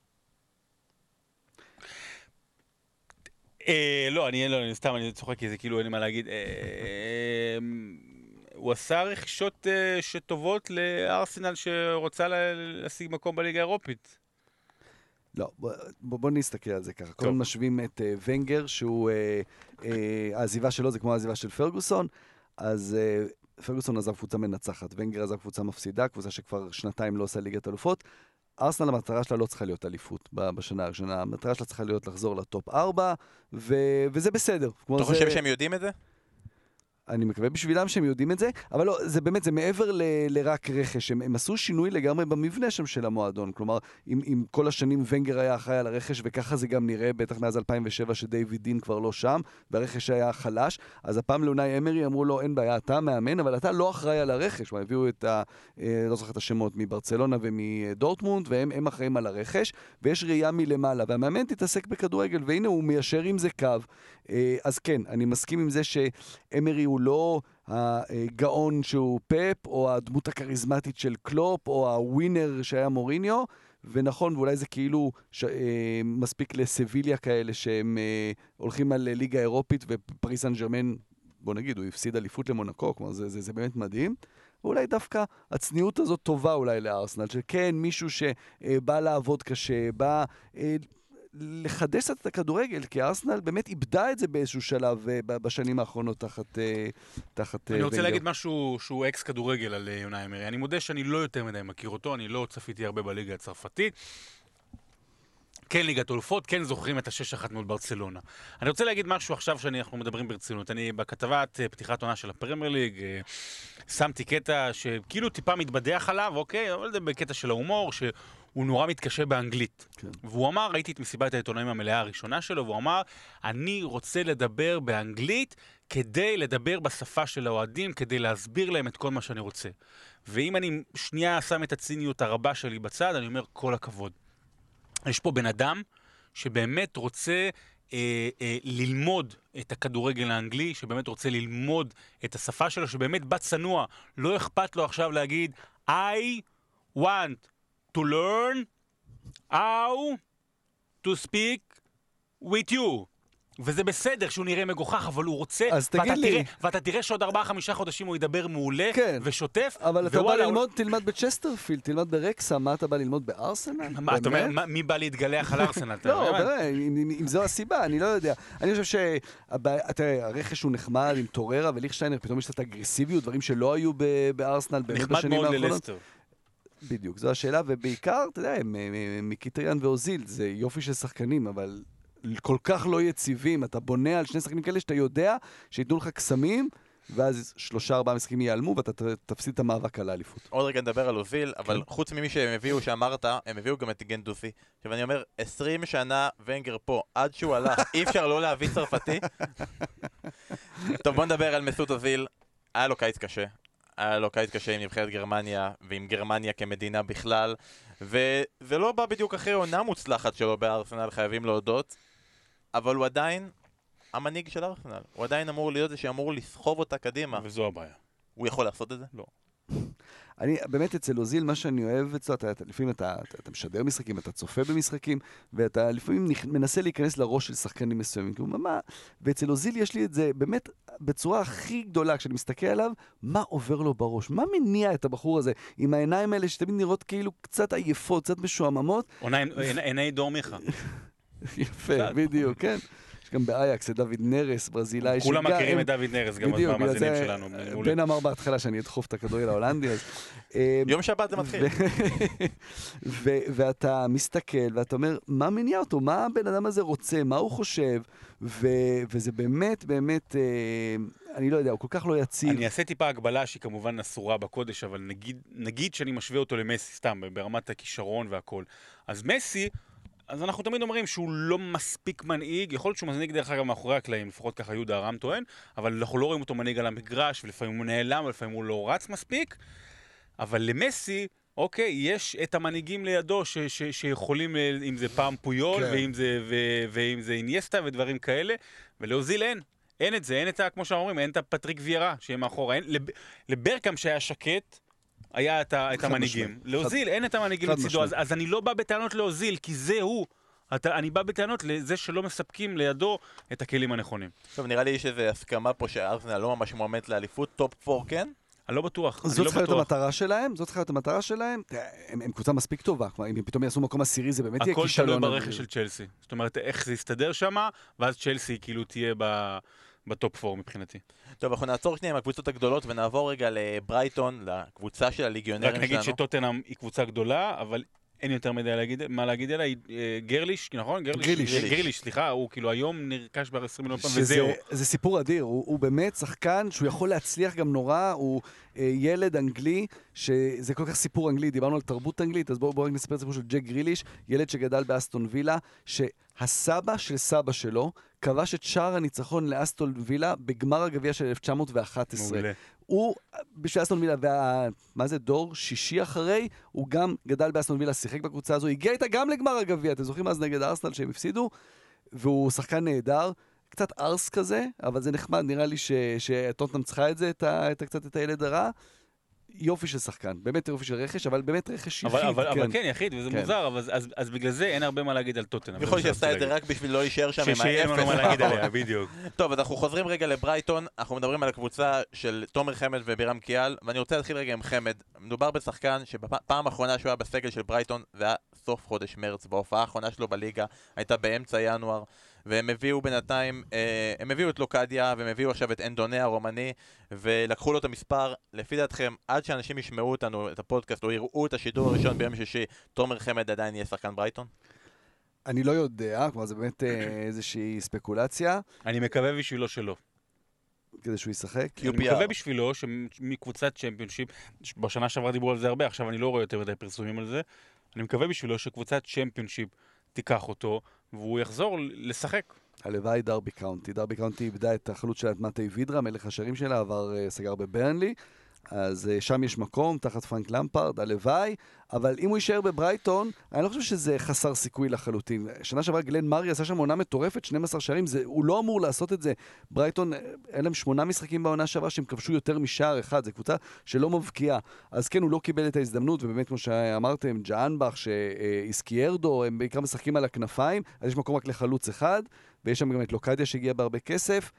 לא, אני סתם, אני צוחק, כי זה כאילו אין לי מה להגיד. הוא עשה רכישות שטובות לארסנל שרוצה להשיג מקום בליגה האירופית. לא, בוא, בוא נסתכל על זה ככה. כל משווים את uh, ונגר, שהוא, uh, uh, העזיבה שלו זה כמו העזיבה של פרגוסון, אז uh, פרגוסון עזב קבוצה מנצחת, ונגר עזב קבוצה מפסידה, קבוצה שכבר שנתיים לא עושה ליגת אלופות. ארסנל המטרה שלה לא צריכה להיות אליפות בשנה הראשונה, המטרה שלה צריכה להיות לחזור לטופ ארבע, ו- וזה בסדר. אתה חושב שהם יודעים את זה? אני מקווה בשבילם שהם יודעים את זה, אבל לא, זה באמת, זה מעבר ל, לרק רכש, הם, הם עשו שינוי לגמרי במבנה שם של המועדון, כלומר, אם, אם כל השנים ונגר היה אחראי על הרכש, וככה זה גם נראה, בטח מאז אלפיים ושבע שדייוויד דין כבר לא שם, והרכש היה חלש, אז הפעם לאונאי אמרי אמרו לו, אין בעיה, אתה מאמן, אבל אתה לא אחראי על הרכש, הביאו את ה... לא זוכר את השמות, מברצלונה ומדורטמונד, והם הם אחראים על הרכש, ויש ראייה מלמעלה, והמאמן תתעסק בכדורגל, והנה הוא מיישר עם זה קו. אז כן, אני מסכים עם זה שאמרי הוא לא הגאון שהוא פפ, או הדמות הקריזמטית של קלופ, או הווינר שהיה מוריניו, ונכון, ואולי זה כאילו ש... מספיק לסביליה כאלה, שהם הולכים על ליגה אירופית, ופריס סן ז'רמן, בוא נגיד, הוא הפסיד אליפות למונקו, כלומר זה, זה, זה באמת מדהים. ואולי דווקא הצניעות הזאת טובה אולי לארסנל, שכן, מישהו שבא לעבוד קשה, בא לחדש את הכדורגל, כי ארסנל באמת איבדה את זה באיזשהו שלב בשנים האחרונות תחת תחת אני רוצה להגיד משהו שהוא אקס כדורגל על יונאי אמרי. אני מודה שאני לא יותר מדי מכיר אותו, אני לא צפיתי הרבה בליגה הצרפתית. כן ליגת אלופות, כן זוכרים את השש אחת מול ברצלונה. אני רוצה להגיד משהו עכשיו שאנחנו מדברים ברצינות. אני בכתבת פתיחת עונה של הפרמייר ליג שמתי קטע שכאילו טיפה מתבדח עליו, אוקיי? אבל זה בקטע של ההומור, שהוא נורא מתקשה באנגלית. כן. והוא אמר, ראיתי את מסיבת העיתונאים המלאה הראשונה שלו, והוא אמר, אני רוצה לדבר באנגלית כדי לדבר בשפה של האוהדים, כדי להסביר להם את כל מה שאני רוצה. ואם אני שנייה שם את הציניות הרבה שלי בצד, אני אומר, כל הכבוד. יש פה בן אדם שבאמת רוצה אה, אה, ללמוד את הכדורגל האנגלי, שבאמת רוצה ללמוד את השפה שלו, שבאמת בא צנוע, לא אכפת לו עכשיו להגיד I want to learn how to speak with you. וזה בסדר שהוא נראה מגוחך, אבל הוא רוצה, ואתה תראה, ואתה תראה שעוד ארבעה חמישה חודשים הוא ידבר מעולה כן. ושוטף. אבל אתה בא ללמוד, תלמד בצ'סטרפילד, תלמד ברקסה, מה אתה בא ללמוד בארסנל? מה, אתה אומר, מי בא להתגלח על ארסנל? לא, באמת, אם זו הסיבה, אני לא יודע. אני חושב שהרכש הוא נחמד, עם טוררה וליכשטיינר, פתאום יש את האגרסיביות, דברים שלא היו בארסנל באמת בשנים האחרונות. נחמד מאוד ללסטר. בדיוק, זו השאלה, ובעיקר, אתה יודע, מקיטריאן ואוזיל, זה יופי של שחקנים, אבל כל כך לא יציבים, אתה בונה על שני שחקנים כאלה שאתה יודע שיתנו לך קסמים, ואז שלושה ארבעה משחקים ייעלמו, ואתה תפסיד את המאבק על האליפות. עוד רגע נדבר על אוזיל, אבל חוץ ממי שהם הביאו, שאמרת, הם הביאו גם את גנדוסי. עכשיו אני אומר, עשרים שנה ונגר פה, עד שהוא הלך, אי אפשר לא להביא צרפתי. טוב, בוא נדבר על מסות אוזיל. היה לו קיץ קשה. היה לו קיץ קשה עם נבחרת גרמניה, ועם גרמניה כמדינה בכלל, וזה לא בא בדיוק אחרי עונה מוצלחת שלו בארסנל, חייבים להודות, אבל הוא עדיין המנהיג של ארסנל. הוא עדיין אמור להיות זה שאמור לסחוב אותה קדימה. וזו הבעיה. הוא יכול לעשות את זה? לא. אני, באמת אצל אוזיל, מה שאני אוהב אצלו, אתה, אתה, לפעמים אתה, אתה, אתה משדר משחקים, אתה צופה במשחקים, ואתה לפעמים נכ, מנסה להיכנס לראש של שחקנים מסוימים, כאילו, מה, ואצל אוזיל יש לי את זה באמת בצורה הכי גדולה, כשאני מסתכל עליו, מה עובר לו בראש? מה מניע את הבחור הזה עם העיניים האלה שתמיד נראות כאילו קצת עייפות, קצת משועממות? עיני דור מיכה. יפה, בדיוק, כן. יש גם באייקס את דוד נרס, ברזילאי. כולם מכירים את דוד נרס, גם במאזינים שלנו. בן אמר בהתחלה שאני אדחוף את הכדורגל ההולנדי. יום שבת זה מתחיל. ואתה מסתכל ואתה אומר, מה מניע אותו? מה הבן אדם הזה רוצה? מה הוא חושב? וזה באמת, באמת, אני לא יודע, הוא כל כך לא יציב. אני אעשה טיפה הגבלה שהיא כמובן אסורה בקודש, אבל נגיד שאני משווה אותו למסי, סתם, ברמת הכישרון והכל. אז מסי, אז אנחנו תמיד אומרים שהוא לא מספיק מנהיג, יכול להיות שהוא מנהיג דרך אגב מאחורי הקלעים, לפחות ככה יהודה הרם טוען, אבל אנחנו לא רואים אותו מנהיג על המגרש, ולפעמים הוא נעלם, ולפעמים הוא לא רץ מספיק, אבל למסי, אוקיי, יש את המנהיגים לידו ש- ש- שיכולים, אם זה פעם פויול, כן. ואם זה, ו- ואם זה אינייסטה ודברים כאלה, ולאוזיל אין. אין את זה, אין את ה, כמו שאומרים, אין את הפטריק ויירה שיהיה מאחורה, אין, לב, לברקם שהיה שקט, היה את, ה, את המנהיגים. לאוזיל, אין את המנהיגים לצידו, אז, אז אני לא בא בטענות לאוזיל, כי זה הוא. אתה, אני בא בטענות לזה שלא מספקים לידו את הכלים הנכונים. טוב, נראה לי שזו הסכמה פה שארסנל לא ממש מועמדת לאליפות, טופ פור, כן? אני לא בטוח. זאת צריכה להיות המטרה שלהם, זאת צריכה להיות המטרה שלהם. הם, הם קבוצה מספיק טובה, כלומר, אם הם פתאום יעשו מקום עשירי, זה באמת יהיה כישלון. הכל תלוי ברכש של צ'לסי. זאת אומרת, איך זה יסתדר שמה, ואז צ'לסי כאילו תהיה ב... בטופ פור מבחינתי. טוב, אנחנו נעצור שנייה עם הקבוצות הגדולות ונעבור רגע לברייטון, לקבוצה של הליגיונרים שלנו. רק נגיד שטוטנהאם היא קבוצה גדולה, אבל אין יותר מדי להגיד, מה להגיד עליי, גרליש, נכון? גריליש. גריליש, סליחה, הוא כאילו היום נרכש ב-עשרים מיליון פעם, שזה- וזהו. זה סיפור אדיר, הוא, הוא באמת שחקן שהוא יכול להצליח גם נורא, הוא אה, ילד אנגלי, שזה כל כך סיפור אנגלי, דיברנו על תרבות אנגלית, אז בואו בוא רק נספר את הסיפור של ג'ק גריליש, ילד שגדל באסטון וילה, שהסבא של סבא שלו כבש את שער הניצחון לאסטון וילה בגמר הגביע של אלף תשע מאות ואחת עשרה. מעולה. הוא בשביל אסטון וילה, וה... מה זה, דור שישי אחרי, הוא גם גדל באסטון וילה, שיחק בקבוצה הזו, הגיע איתה גם לגמר הגביע, אתם זוכרים אז נגד ארסנל שהם הפסידו? והוא שחקן נהדר, קצת ארס כזה, אבל זה נחמד, נראה לי ש... שטוטנהאם צריכה את זה, את ה... את קצת את הילד הרע. יופי של שחקן, באמת יופי של רכש, אבל באמת רכש יחיד. אבל, אבל, כן. אבל כן, יחיד, וזה כן. מוזר, אבל, אז, אז בגלל זה אין הרבה מה להגיד על טוטנהאם. יכול להיות שעשה את זה רק בשביל לא להישאר שם עם שיהיה לנו מה האפס. להגיד עליה, בדיוק. טוב, אז אנחנו חוזרים רגע לברייטון, אנחנו מדברים על הקבוצה של תומר חמד ובירם קיאל, ואני רוצה להתחיל רגע עם חמד. מדובר בשחקן שבפעם האחרונה שהוא היה בסגל של ברייטון, זה היה סוף חודש מרץ, בהופעה האחרונה שלו בליגה, הייתה באמצע ינואר, והם הביאו בינתיים, אה, הם הביאו את לוקדיה, והם הביאו עכשיו את אנדונה הרומני, ולקחו לו את המספר. לפי דעתכם, עד שאנשים ישמעו אותנו, את הפודקאסט, או יראו את השידור הראשון ביום שישי, תומר חמד עדיין יהיה שחקן ברייטון? אני לא יודע, כלומר זה באמת אה, איזושהי ספקולציה, אני מקווה בשבילו שלא. כדי שהוא ישחק. קיו אני פי אר. מקווה בשבילו שמקבוצת צ'מפיונשיפ, בשנה שעברה דיברו על זה הרבה, עכשיו אני לא רואה יותר מדי פרסומים על זה, אני מקווה בשבילו שקבוצת צ'מפיונשיפ תיקח אותו, והוא יחזור לשחק. הלוואי דרבי קאונטי. דרבי קאונטי איבדה את החלוץ שלה, את מטי וידרה, מלך השערים שלה, עבר uh, סגר בברנלי, אז uh, שם יש מקום, תחת פרנק למפרד, הלוואי, אבל אם הוא יישאר בברייטון, אני לא חושב שזה חסר סיכוי לחלוטין. שנה שעברה גלן מרי עשה שם עונה מטורפת, שנים עשר שערים, זה, הוא לא אמור לעשות את זה. ברייטון, אין להם שמונה משחקים בעונה שעברה שהם כבשו יותר משער אחד, זו קבוצה שלא מבקיעה. אז כן, הוא לא קיבל את ההזדמנות, ובאמת כמו שאמרתם, ג'אנבך, שאיסקיירדו, הם בעיקר משחקים על הכנפיים, אז יש מקום רק לחלוץ אחד, ויש שם גם את לוקדיה שהגיע בהרבה כסף.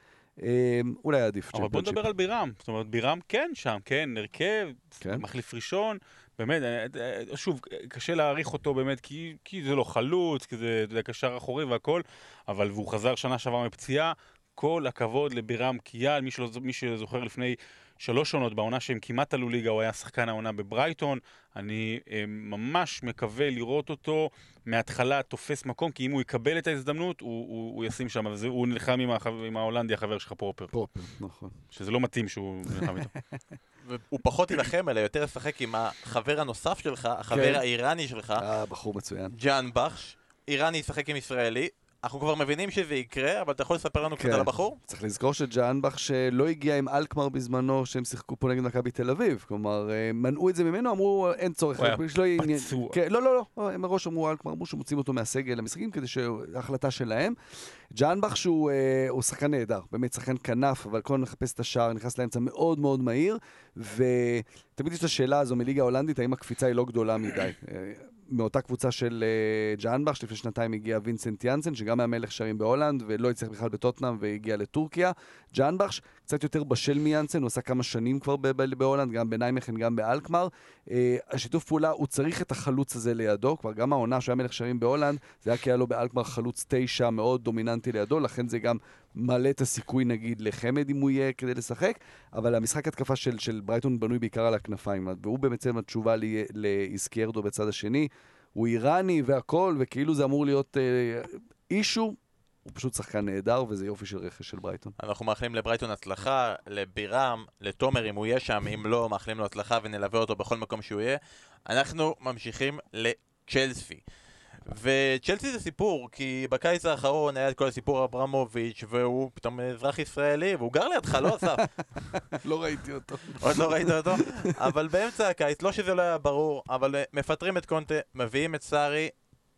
אולי עדיף. אבל בוא נדבר על בירם, זאת אומרת בירם כן שם, כן, הרכב, כן. מחליף ראשון, באמת, שוב, קשה להעריך אותו באמת, כי, כי זה לא חלוץ, כי זה, זה קשר אחורי והכל, אבל והוא חזר שנה שעברה מפציעה, כל הכבוד לבירם קיאל, מי, שלא, מי שזוכר לפני שלוש עונות בעונה שהם כמעט עלו ליגה, הוא היה שחקן העונה בברייטון, אני אה, ממש מקווה לראות אותו מההתחלה תופס מקום, כי אם הוא יקבל את ההזדמנות, הוא, הוא, הוא ישים שם, וזה, הוא נלחם עם, החבר, עם ההולנדי, החבר שלך פרופר. פרופר, נכון. שזה לא מתאים שהוא נלחם איתו. הוא פחות ילחם, אלא יותר לשחק עם החבר הנוסף שלך, החבר כן. האיראני שלך, אה, בחור מצוין. ג'אן בחש. איראני ישחק עם ישראלי. אנחנו כבר מבינים שזה יקרה, אבל אתה יכול לספר לנו קצת כן. על הבחור? צריך לזכור שג'אנבך שלא הגיע עם אלקמר בזמנו, שהם שיחקו פה נגד מכבי תל אביב. כלומר, מנעו את זה ממנו, אמרו, אין צורך. הוא היה שלא עניין... פצוע. כן, לא, לא, לא. הם מראש אמרו, אלקמר אמרו שמוצאים אותו מהסגל למשחקים, כדי שההחלטה שלהם. ג'אנבך שהוא אה, הוא שחקן נהדר, באמת שחקן כנף, אבל כל הזמן מחפש את השער, נכנס לאמצע מאוד מאוד מהיר, ותמיד יש את השאלה הזו מליגה ההולנדית, האם הקפיצה היא לא גדולה מדי. מאותה קבוצה של uh, ג'אנבך, שלפני שנתיים הגיע וינסנט יאנסן, שגם היה מלך שערים בהולנד, ולא הצליח בכלל בטוטנהאם, והגיע לטורקיה. ג'אנבך, קצת יותר בשל מיאנסן, הוא עשה כמה שנים כבר בהולנד, גם בניימכן, גם באלקמר. Uh, השיתוף פעולה, הוא צריך את החלוץ הזה לידו, כבר גם העונה שהוא היה מלך שערים בהולנד, זה היה כי היה לו באלקמר חלוץ תשע מאוד דומיננטי לידו, לכן זה גם מעלה את הסיכוי נגיד לחמד אם הוא יהיה כדי לשחק, אבל המשחק התקפה של, של ברייטון בנוי בעיקר על הכנפיים, והוא בעצם התשובה לאיסקיירדו בצד השני, הוא איראני והכל, וכאילו זה אמור להיות אה, אישו, הוא פשוט שחקן נהדר, וזה יופי של רכש של ברייטון. אנחנו מאחלים לברייטון הצלחה, לבירם, לתומר אם הוא יהיה שם, אם לא, מאחלים לו הצלחה ונלווה אותו בכל מקום שהוא יהיה. אנחנו ממשיכים לצ'לסי. וצ'לסי זה סיפור, כי בקיץ האחרון היה את כל הסיפור אברמוביץ' והוא פתאום אזרח ישראלי, והוא גר לידך, לא אסף? לא ראיתי אותו. עוד לא ראית אותו? אבל באמצע הקיץ, לא שזה לא היה ברור, אבל מפטרים את קונטה, מביאים את סארי,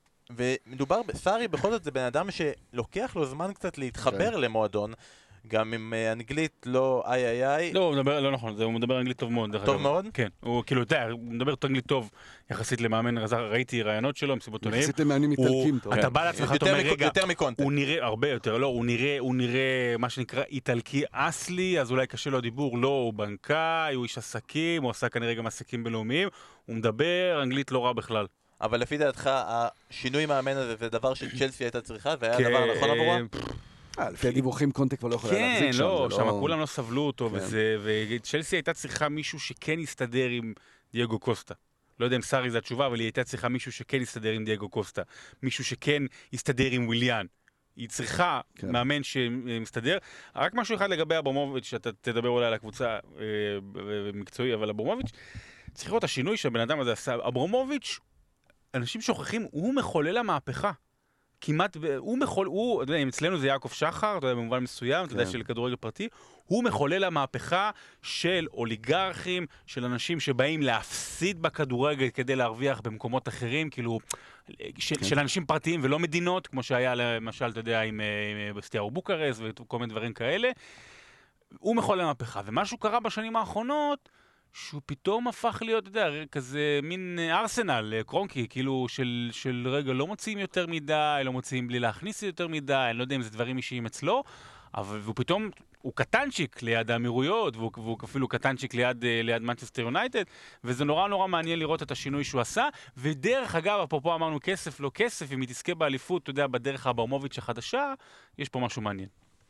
ומדובר בסארי, בכל זאת זה בן אדם שלוקח לו זמן קצת להתחבר למועדון, גם עם אנגלית לא איי איי איי. לא, הוא מדבר, לא נכון, הוא מדבר אנגלית טוב מאוד. טוב מאוד? כן, הוא כאילו, אתה יודע, הוא מדבר אנגלית טוב יחסית למאמן, ראיתי רעיונות שלו, מסיבות עונאים. יחסית למאמנים איטלקים, אתה אתה בא לעצמך, אתה אומר, רגע, יותר מקונטה. הוא נראה הרבה יותר, לא, הוא נראה, הוא נראה מה שנקרא איטלקי אסלי, אז אולי קשה לו הדיבור, לא, הוא בנקאי, הוא איש עסקים, הוא עשה כנראה גם עסקים בינלאומיים, הוא מדבר אנגלית לא רע בכלל. אבל לפי דעתך, השינוי מאמן הזה זה דבר שצ'לסי הייתה צריכה, והיה דבר נכון עבורה? לפי הדיווחים קונטה כבר לא יכול להחזיק שם. כן, לא, שם כולם לא סבלו אותו, וצ'לסי הייתה צריכה מישהו שכן יסתדר עם דייגו קוסטה. לא יודע אם סארי זה התשובה, אבל היא הייתה צריכה מישהו שכן יסתדר עם דייגו קוסטה. מישהו שכן יסתדר עם וויליאן. היא צריכה כן. מאמן שמסתדר. רק משהו אחד לגבי אברמוביץ', שאתה תדבר אולי על הקבוצה אה, מקצועי, אבל אברמוביץ', צריך לראות השינוי שהבן אדם הזה עשה. אברמוביץ', אנשים שוכחים, הוא מחולל המהפכה. כמעט, הוא מחולל, הוא, אתה יודע, אם אצלנו זה יעקב שחר, אתה יודע, במובן מסוים, אתה יודע, של כדורגל פרטי, הוא מחולל המהפכה של אוליגרכים, של אנשים שבאים להפסיד בכדורגל כדי להרוויח במקומות אחרים, כאילו, של, כן. של אנשים פרטיים ולא מדינות, כמו שהיה למשל, אתה יודע, עם, עם בסטיארו בוקרס וכל מיני דברים כאלה. הוא מחולל המהפכה, ומשהו קרה בשנים האחרונות, שהוא פתאום הפך להיות, אתה יודע, כזה מין ארסנל, קרונקי, כאילו של, של רגע לא מוצאים יותר מדי, לא מוצאים בלי להכניס יותר מדי, אני לא יודע אם זה דברים אישיים אצלו, אבל הוא פתאום, הוא קטנצ'יק ליד האמירויות, והוא, והוא אפילו קטנצ'יק ליד, ליד מנצ'סטר יונייטד, וזה נורא נורא מעניין לראות את השינוי שהוא עשה, ודרך אגב, אפרופו אמרנו כסף, לא כסף, אם היא תזכה באליפות, אתה יודע, בדרך האברמוביץ' החדשה, יש פה משהו מעניין.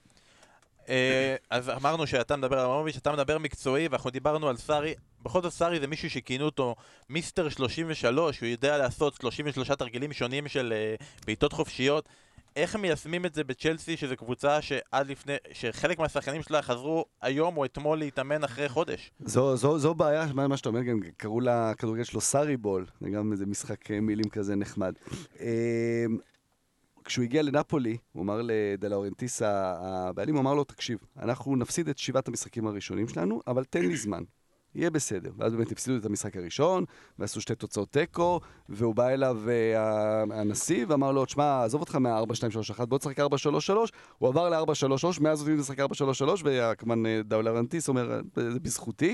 אז אמרנו שאתה מדבר על אברמוביץ', אתה מדבר מקצועי, ואנחנו דיברנו על סארי. בכל זאת סארי זה מישהו שכינו אותו מיסטר שלושים ושלוש, הוא יודע לעשות שלושים ושלושה תרגילים שונים של בעיטות חופשיות. איך הם מיישמים את זה בצ'לסי, שזו קבוצה שעד לפני, שחלק מהשחקנים שלה חזרו היום או אתמול להתאמן אחרי חודש? זו, זו, זו בעיה, מה שאתה אומר, גם קראו לכדורגל שלו סארי בול, זה גם איזה משחק מילים כזה נחמד. כשהוא הגיע לנפולי, הוא אמר לדלאורנטיס, הבעלים, הוא אמר לו, תקשיב, אנחנו נפסיד את שבעת המשחקים הראשונים שלנו, אבל תן לי זמן, יהיה בסדר. ואז באמת הפסידו את המשחק הראשון, ועשו שתי תוצאות טקו, והוא בא אליו הנשיא, ואמר לו, תשמע, עזוב אותך מה-ארבע שתיים שלוש אחת, בוא תשחק ארבע שלוש שלוש, הוא עבר ל-ארבע שלוש שלוש, מאז הוא משחק ארבע שלוש שלוש, וכמובן דלאורנטיס אומר, זה בזכותי.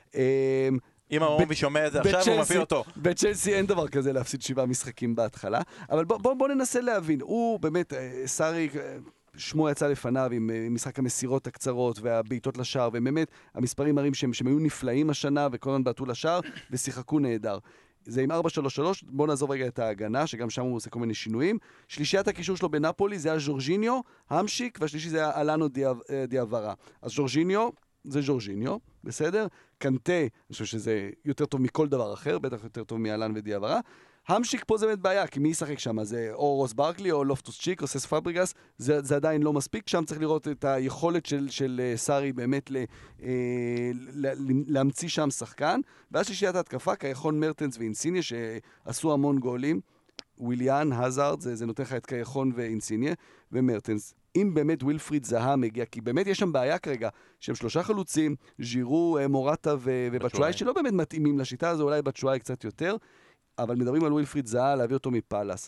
אם אברמוביץ' שומע את זה עכשיו, הוא מביא אותו. בצ'לסי אין דבר כזה להפסיד שבעה משחקים בהתחלה, אבל בוא, בוא, בוא ננסה להבין. הוא באמת, סארי, שמו יצא לפניו עם משחק המסירות הקצרות והבעיטות לשער, ובאמת המספרים מראים שהם, שהם היו נפלאים השנה, וכל הזמן בעטו לשער, ושיחקו נהדר. זה עם ארבע שלוש שלוש, בוא נעזוב רגע את ההגנה, שגם שם הוא עושה כל מיני שינויים. שלישיית הקישור שלו בנפולי זה היה ז'ורג'יניו, המשיק, והשלישי זה היה אלאנו דיאברה. אז ז'ורג'יניו, זה ז'ורג'יניו, בסדר? קנטה, אני חושב שזה יותר טוב מכל דבר אחר, בטח יותר טוב מאלן ודיאברה. המשיק פה זה באמת בעיה, כי מי ישחק שם? זה או רוס ברקלי או לופטוס צ'יק או סס פאבריגס, זה, זה עדיין לא מספיק, שם צריך לראות את היכולת של, של סארי באמת ל, אה, להמציא שם שחקן, ואז שלישיית ההתקפה, כיכון מרטנס ואינסיניה שעשו המון גולים, וויליאן, הזארד, זה, זה נותן לך את כיכון ואינסיניה, ומרטנס. אם באמת ווילפריד זהה מגיע, כי באמת יש שם בעיה כרגע, שהם שלושה חלוצים, ז'ירו, מורטה ובצ'ואי, שלא באמת מתאימים לשיטה הזו, אולי בצ'ואי קצת יותר, אבל מדברים על ווילפריד זהה, להביא אותו מפלס.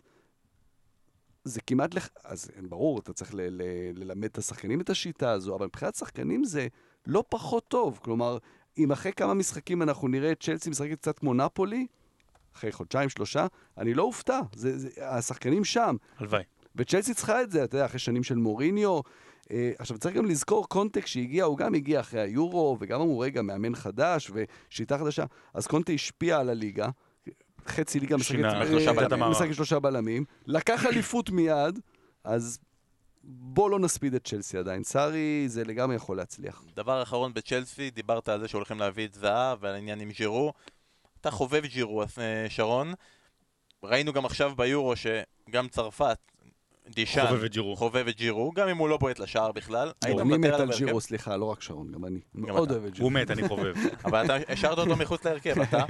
זה כמעט לך, אז ברור, אתה צריך ל- ל- ללמד את השחקנים את השיטה הזו, אבל מבחינת שחקנים זה לא פחות טוב. כלומר, אם אחרי כמה משחקים אנחנו נראה את צ'לסי משחקת קצת כמו נפולי, אחרי חודשיים, שלושה, אני לא אופתע. זה, זה, השחקנים שם. הלוואי. וצ'לסי צריכה את זה, אתה יודע, אחרי שנים של מוריניו. אה, עכשיו, צריך גם לזכור קונטה שהגיע, הוא גם הגיע אחרי היורו, וגם אמרו, רגע, מאמן חדש ושיטה חדשה. אז קונטה השפיע על הליגה. חצי ליגה משחק עם שלושה בלמים, לקח אליפות מיד, אז בוא לא נספיד את צ'לסי עדיין. סארי זה לגמרי יכול להצליח. דבר אחרון בצ'לסי, דיברת על זה שהולכים להביא את זהה ועל העניין עם ג'ירו. אתה חובב ג'ירו, שרון. ראינו גם עכשיו ביורו שגם צרפת, דישן, חובב את ג'ירו. חובב את ג'ירו, גם אם הוא לא בועט לשער בכלל. אני מת על ג'ירו, סליחה, לא רק שרון, גם אני. מאוד אוהב את ג'ירו. הוא מת, אני חובב. אבל אתה השארת אותו מחוץ להרכב, אתה?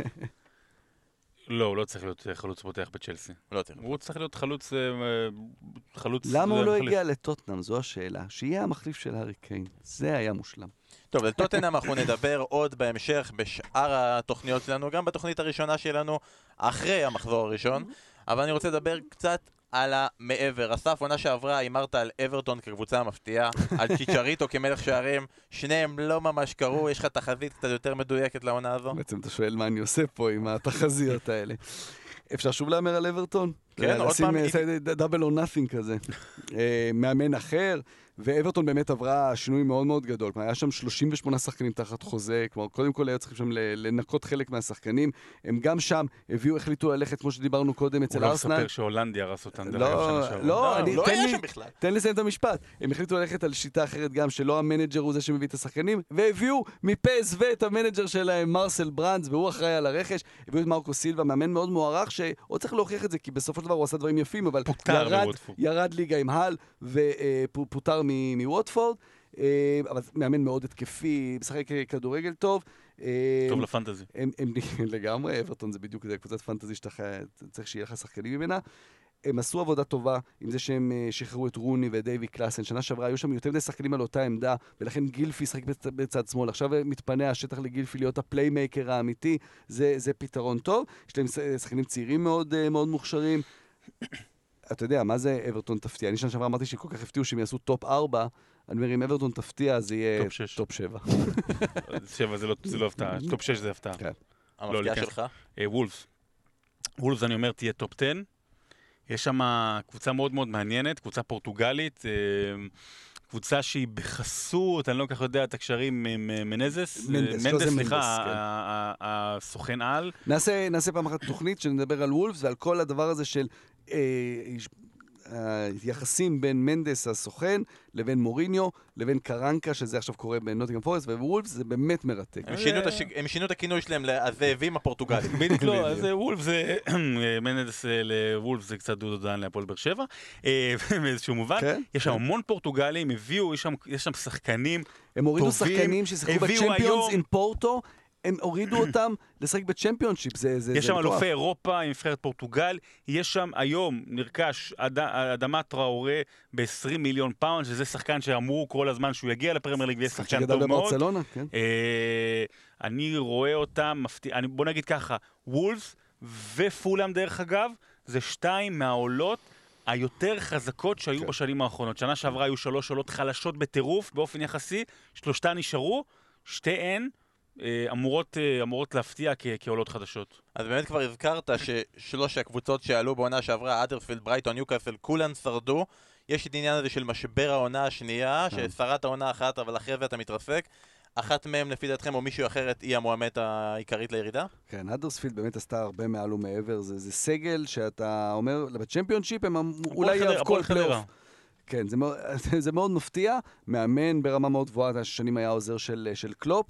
לא, הוא לא צריך להיות חלוץ פותח בצ'לסי. לא צריך. הוא צריך להיות חלוץ... חלוץ... למה הוא לא הגיע לטוטנהאם? זו השאלה. שיהיה המחליף של הארי קיין. זה היה מושלם. טוב, על טוטנהאם אנחנו נדבר עוד בהמשך בשאר התוכניות שלנו, גם בתוכנית הראשונה שלנו, אחרי המחזור הראשון. אבל אני רוצה לדבר קצת על המעבר. אסף, עונה שעברה, אמרת על אברטון כקבוצה המפתיעה, על צ'יצ'ריטו כמלך שערים, שניהם לא ממש קרו, יש לך תחזית קצת יותר מדויקת לעונה הזו? בעצם אתה שואל מה אני עושה פה עם התחזיות האלה. אפשר שוב לאמר על אברטון? כן, עוד פעם... דאבל או נאטינג כזה. מאמן אחר, ואברטון באמת עברה שינוי מאוד מאוד גדול. היה שם שלושים ושמונה שחקנים תחת חוזה, כלומר, קודם כל היו צריכים שם לנקות חלק מהשחקנים. הם גם שם הביאו, החליטו ללכת, כמו שדיברנו קודם, אצל ארסנל. הוא לא מספר שהולנדי הרס אותם דרך לא, שנה שעברה. לא, אני, לא תן היה לי, שם בכלל. תן לסיים את המשפט. הם החליטו ללכת על שיטה אחרת גם, שלא המנג'ר הוא זה שמביא את השחקנים, והביאו מפס ואת המנג'ר שלהם, מרסל ברנדס, והוא אחראי על הרכש. הביאו את מרקו סילבה, מאמן מאוד מוערך, שעוד צריך להוכיח את זה, כי בסופו של דבר הוא עשה דברים יפים, אבל ירד, ירד ליגה עם הל ופוטר מווטפורד. אבל מאמן מאוד התקפי, משחק כדורגל טוב. טוב לפנטזי. הם, הם, לגמרי, אברטון זה בדיוק קבוצת פנטזי שאתה צריך שיהיה לך שחקנים ממנה. הם עשו עבודה טובה עם זה שהם שחררו את רוני ודייווי קלאסן. שנה שעברה היו שם יותר מדי שחקנים על אותה עמדה, ולכן גילפי שחק בצד שמאל. עכשיו מתפנה השטח לגילפי להיות הפליימייקר האמיתי. זה, זה פתרון טוב. יש להם שחקנים צעירים מאוד, מאוד מוכשרים. אתה יודע, מה זה אברטון תפתיע? אני שנה שעברה אמרתי שכל כך הפתיעו שהם יעשו טופ ארבע. אני אומר, אם אברטון תפתיע, זה יהיה טופ שבע. שבע זה לא הפתעה, טופ שש זה הפתעה. המפתיע שלך? וולפס. וולפס, אני אומר, תהיה טופ עשר. יש שם קבוצה מאוד מאוד מעניינת, קבוצה פורטוגלית, קבוצה שהיא בחסות, אני לא כך יודע את הקשרים עם מנזס. מנדס, סליחה, הסוכן על. נעשה פעם אחת תוכנית שנדבר על וולפס ועל כל הדבר הזה של... היחסים בין מנדס הסוכן לבין מוריניו לבין קרנקה, שזה עכשיו קורה בנוטינגהאם פורסט ובוולפס, זה באמת מרתק. הם שינו את הכינוי שלהם לזאבים הפורטוגלים. בדיוק לא, אז וולפס זה, מנדס לוולפס זה קצת דודו דן להפועל באר שבע, באיזשהו מובן. יש שם המון פורטוגלים, הביאו, יש שם שחקנים טובים. הם הורידו שחקנים ששיחקו בצ'מפיונס עם פורטו, הם הורידו אותם לשחק בצ'מפיונשיפ, זה זה יש שם אלופי אירופה עם נבחרת פורטוגל, יש שם היום נרכש אדמה טראורה ב-עשרים מיליון פאונד, שזה שחקן שאמרו כל הזמן שהוא יגיע לפרמייר ליג ויהיה שחקן טוב מאוד. אני רואה אותם, בוא נגיד ככה, וולפס ופולאם דרך אגב, זה שתיים מהעולות היותר חזקות שהיו בשנים האחרונות. שנה שעברה היו שלוש עולות חלשות בטירוף באופן יחסי, שלושתן נשארו, שתיהן אמורות, אמורות להפתיע כעולות חדשות. אז באמת כבר הזכרת ששלוש הקבוצות שעלו בעונה שעברה, אדרספילד, ברייטון, ניוקאסל, כולן שרדו. יש את העניין הזה של משבר העונה השנייה, ששרת העונה אחת, אבל אחרי זה אתה מתרסק. אחת מהם לפי דעתכם או מישהו אחרת היא המועמדת העיקרית לירידה? כן, אדרספילד באמת עשתה הרבה מעל ומעבר. זה, זה סגל שאתה אומר, בצ'מפיונשיפ הם אולי יאבקו על פלייאוף. כן, זה מאוד, זה מאוד מפתיע. מאמן ברמה מאוד גבוהה, השנים היה עוזר של, של קלופ.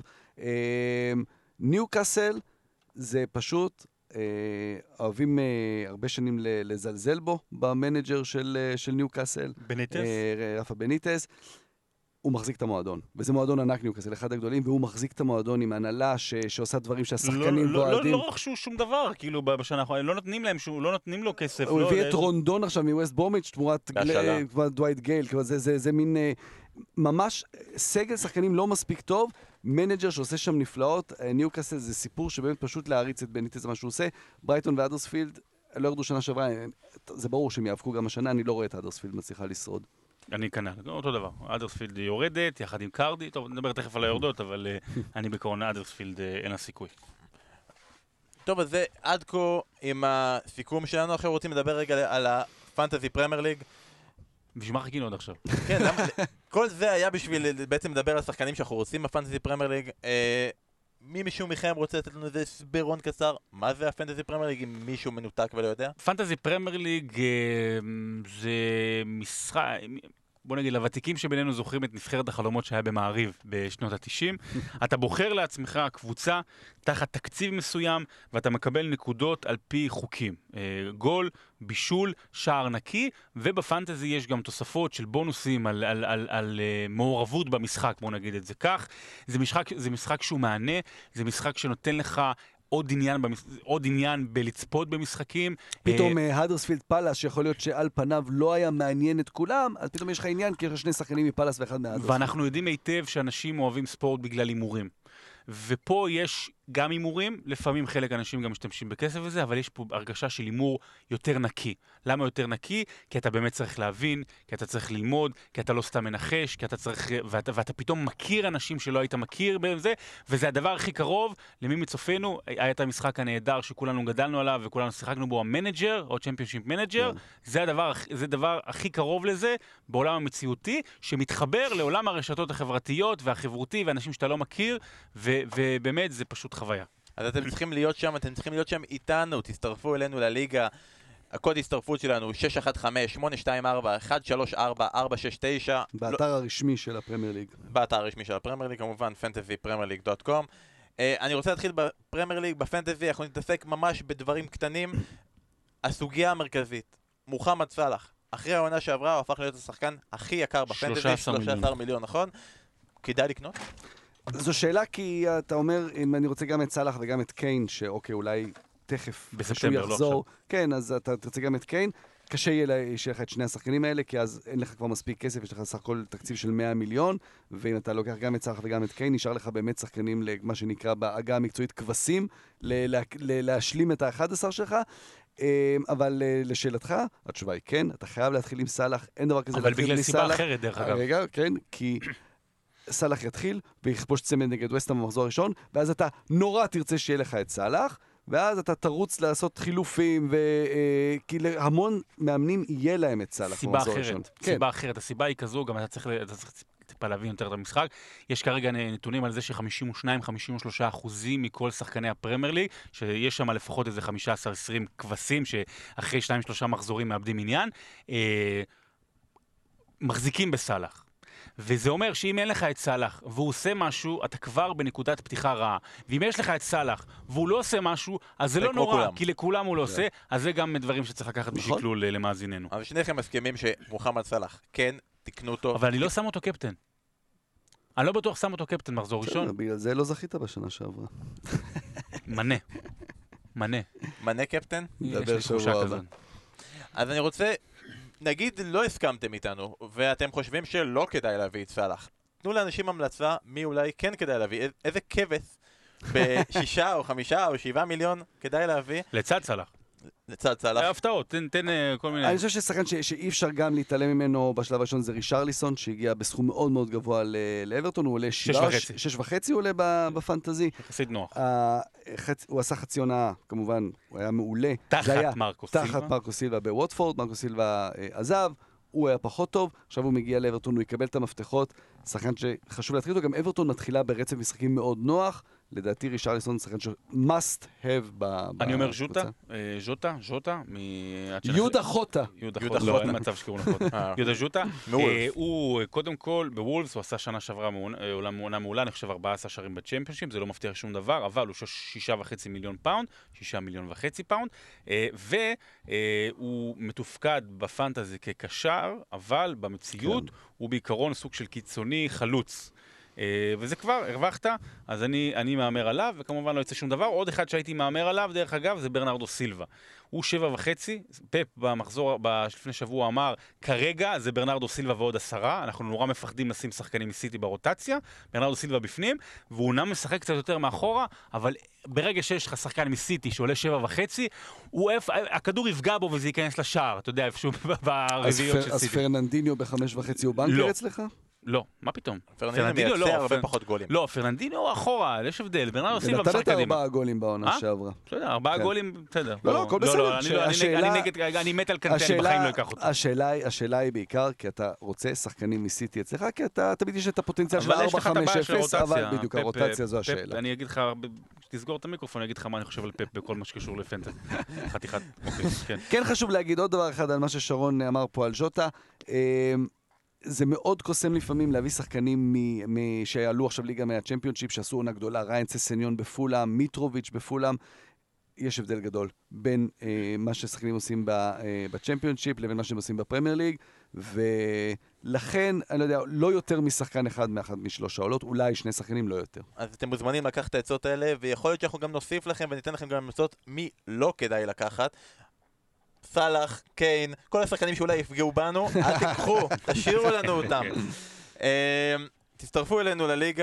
ניוקאסל זה פשוט אוהבים הרבה שנים לזלזל בו במנג'ר של, של ניוקאסל. בניטס? רפה בניטס. הוא מחזיק את המועדון, וזה מועדון ענק ניוקאסל, אחד הגדולים, והוא מחזיק את המועדון עם הנהלה ש... שעושה דברים שהשחקנים לא, בועדים. לא, לא רכשו שום דבר, כאילו, בשנה האחרונה, לא נותנים להם שום, לא נותנים לו כסף. הוא לא, הביא זה... את רונדון עכשיו מווסט ברומיץ' תמורת גל... דווייט גייל, זה, זה, זה מין ממש סגל שחקנים לא מספיק טוב, מנג'ר שעושה שם נפלאות. ניוקאסל זה סיפור שבאמת פשוט להריץ את בניטס, זה מה שהוא עושה. ברייטון ואדרספילד לא ירדו שנה שעברה, זה ברור שהם יאבקו גם השנה, אני לא רואה את אדרספילד מצליחה לשרוד. אני כנ"ל, אותו דבר. אדרספילד יורדת, יחד עם קרדי, טוב, נדבר תכף על היורדות, אבל אני בעקרון אדרספילד אין לה סיכוי. טוב, אז זה עד כה עם הסיכום שלנו. עכשיו רוצים לדבר רגע על הפנטזי פרמייר ליג. בשביל מה חיכינו עד עכשיו? כן, כל זה היה בשביל בעצם לדבר על השחקנים שאנחנו רוצים בפנטזי פרמייר ליג. מי מישהו מכם רוצה לתת לנו איזה הסברון קצר? מה זה הפנטזי פרמייר ליג אם מישהו מנותק ולא יודע? פנטזי פרמייר ליג זה משחק, בוא נגיד, לוותיקים שבינינו זוכרים את נבחרת החלומות שהיה במעריב בשנות ה-תשעים. אתה בוחר לעצמך קבוצה תחת תקציב מסוים, ואתה מקבל נקודות על פי חוקים. גול, בישול, שער נקי, ובפנטזי יש גם תוספות של בונוסים על, על, על, על מעורבות במשחק, בוא נגיד את זה כך. זה משחק, זה משחק שהוא מענה, זה משחק שנותן לך עוד עניין, עוד עניין בלצפות במשחקים. פתאום האדרספילד פלאס, שיכול להיות שעל פניו לא היה מעניין את כולם, אז פתאום יש לך עניין, כי יש שני שחקנים מפלאס ואחד מהאדרספילד. ואנחנו יודעים היטב שאנשים אוהבים ספורט בגלל הימורים. ופה יש גם הימורים, לפעמים חלק אנשים גם משתמשים בכסף הזה, אבל יש פה הרגשה של הימור יותר נקי. למה יותר נקי? כי אתה באמת צריך להבין, כי אתה צריך ללמוד, כי אתה לא סתם מנחש, כי אתה צריך, ואתה, ואתה פתאום מכיר אנשים שלא היית מכיר בזה, וזה הדבר הכי קרוב למי מצופנו. היה את המשחק הנהדר שכולנו גדלנו עליו וכולנו שיחקנו בו, המנג'ר או צ'מפיונשיפ מנג'ר. זה הדבר, זה הדבר הכי קרוב לזה בעולם המציאותי, שמתחבר לעולם הרשתות החברתיות והחברותי ואנשים שאתה לא מכיר, ו, ובאמת זה פשוט חוויה. אז אתם צריכים להיות שם, אתם צריכים להיות שם איתנו, תצטרפו אלינו לליגה. הקוד הצטרפות שלנו שש אחת חמש שמונה שתיים ארבע אחת שלוש ארבע ארבע שש תשע. באתר הרשמי של הפרמייר ליג. באתר הרשמי של הפרמייר ליג, כמובן, פנטזי פרמייר ליג דוט קום. אני רוצה להתחיל בפרמייר ליג, בפנטזי, אנחנו נתעסק ממש בדברים קטנים. הסוגיה המרכזית, מוחמד סלאח, אחרי העונה שעברה הוא הפך להיות השחקן הכי יקר בפנטזי, שלושה עשר מיליון, נכון? כדאי לקנות? זו שאלה כי אתה אומר, אם אני רוצה גם את סלאח וגם את קיין, שאוקיי, אולי תכף שהוא יחזור, כן, אז אתה תרצה גם את קיין, קשה יהיה שיהיה לך את שני השחקנים האלה, כי אז אין לך כבר מספיק כסף, יש לך סך הכל תקציב של מאה מיליון, ואם אתה לוקח גם את סלאח וגם את קיין, נשאר לך באמת שחקנים למה שנקרא בעגה המקצועית כבשים, להשלים את ה-אחד עשר שלך. אבל לשאלתך, התשובה היא כן, אתה חייב להתחיל עם סלאח, אין דבר כזה להתחיל עם סלאח. אבל בגלל סיבה אחרת, דרך אגב. רגע, כן, כי סלאח יתחיל ויכבוש צמד נגד וסטהאם במחזור הראשון, ואז אתה נורא תרצה שיהיה לך את סלאח, ואז אתה תרוץ לעשות חילופים, וכי להמון מאמנים יהיה להם את סלאח במחזור הראשון. סיבה אחרת, הסיבה היא כזו, גם אתה צריך טיפה להבין יותר את המשחק. יש כרגע נתונים על זה ש-חמישים ושניים עד חמישים ושלושה אחוזים מכל שחקני הפרמייר ליג, שיש שם לפחות איזה חמש עשרה עשרים כבשים, שאחרי שניים שלושה מחזורים מאבדים עניין, מחזיקים בסלאח. וזה אומר שאם אין לך את סלאח והוא עושה משהו, אתה כבר בנקודת פתיחה רעה. ואם יש לך את סלאח והוא לא עושה משהו, אז זה לא נורא, כי לכולם הוא לא עושה, אז זה גם דברים שצריך לקחת בשקלול למאזיננו. אבל שניכם מסכימים שמוחמד סלאח, כן, תקנו אותו. אבל אני לא שם אותו קפטן. אני לא בטוח שם אותו קפטן מחזור ראשון. בגלל זה לא זכית בשנה שעברה. מנה. מנה. מנה קפטן? יש לי תחושה כזאת. אז אני רוצה... נגיד לא הסכמתם איתנו, ואתם חושבים שלא כדאי להביא את סלאח. תנו לאנשים המלצה מי אולי כן כדאי להביא. איזה כבש בשישה או חמישה או שבעה מיליון כדאי להביא. לצד סלאח. לצד סלאח. הפתעות, תן, תן כל מיני... אני חושב ששחקן ש- שאי אפשר גם להתעלם ממנו בשלב הראשון זה רישרליסון, שהגיע בסכום מאוד מאוד גבוה ל- לאברטון, הוא עולה שש וחצי. שש וחצי הוא עולה ב- בפנטזי. יחסית נוח. חצ... הוא עשה חצי עונה, כמובן, הוא היה מעולה. תחת היה, מרקו סילבה. תחת מרקו סילבה בווטפורד, מרקו סילבה אה, עזב, הוא היה פחות טוב, עכשיו הוא מגיע לאברטון, הוא יקבל את המפתחות, שחקן שחשוב להתחיל אותו, גם אברטון מתחילה ברצף משחקים מאוד נוח, לדעתי רישרליסון שחקן ש- must have ב... אני אומר ז'וטה, ז'וטה, ז'וטה, יהודה חוטה. יהודה חוטה, לא, אין מצב שקראו לו חוטה. יהודה ז'וטה, הוא קודם כל בוולפס, הוא עשה שנה שעברה עונה מעולה, אני חושב ארבעה עשר שערים בצ'מפיונשיפ, זה לא מבטיח שום דבר, אבל הוא שישה וחצי מיליון פאונד, שישה מיליון וחצי פאונד, והוא מתופקד בפנטזי כקשר, אבל במציאות הוא בעיקרון סוג של קיצוני חלוץ. Uh, וזה כבר, הרווחת, אז אני, אני מאמר עליו, וכמובן לא יצא שום דבר. עוד אחד שהייתי מאמר עליו, דרך אגב, זה ברנרדו סילבה. הוא שבע וחצי, פפ במחזור, לפני שבוע אמר, כרגע זה ברנרדו סילבה ועוד עשרה, אנחנו נורא מפחדים לשים שחקנים מסיטי ברוטציה, ברנרדו סילבה בפנים, והוא אומנם משחק קצת יותר מאחורה, אבל ברגע שיש לך שחקן מסיטי שעולה שבע וחצי, הוא, הכדור יפגע בו וזה ייכנס לשער, אתה יודע, איפשהו ברביעיות של סיטי. אז פרננדיניו בחמש וחצי הוא בנקר אצלך? לא, מה פתאום? פרננדיניו מייצר הרבה פחות גולים. לא, פרננדיניו הוא אחורה, יש הבדל. ברנרדו סילבה משחק קדימה. נתת ארבעה גולים בעונה שעברה. בסדר, ארבעה גולים, בסדר. לא, לא, הכל בסדר. אני מת על קנטה, אני בחיים לא אקח אותו. השאלה היא בעיקר כי אתה רוצה שחקנים מסיטי אצלך, כי אתה תמיד יש את הפוטנציאל של ארבע חמש אפס, אבל בדיוק הרוטציה זו השאלה. אני אגיד לך, תסגור את המיקרופון, אני אגיד לך מה אני חושב על פפ בכל מה שקשור לפנטה. חתיכת, כן חשוב להגיד עוד דבר אחד על מה ששרון אמר פה על ז'וטה. זה מאוד קוסם לפעמים להביא שחקנים שעלו עכשיו ליגה מהצ'מפיונשיפ, שעשו עונה גדולה, ריין ססניון בפולאם, מיטרוביץ' בפולאם. יש הבדל גדול בין אה, מה ששחקנים עושים בצ'מפיונשיפ לבין מה שהם עושים בפרמייר ליג, ולכן, אני לא יודע, לא יותר משחקן אחד מאחד משלוש העולות, אולי שני שחקנים לא יותר. אז אתם מוזמנים לקחת את העצות האלה, ויכול להיות שאנחנו גם נוסיף לכם וניתן לכם גם המלצות מי לא כדאי לקחת. סלאח, קיין, כל השחקנים שאולי יפגעו בנו, אל תיקחו, תשאירו לנו אותם. תצטרפו אלינו לליגה,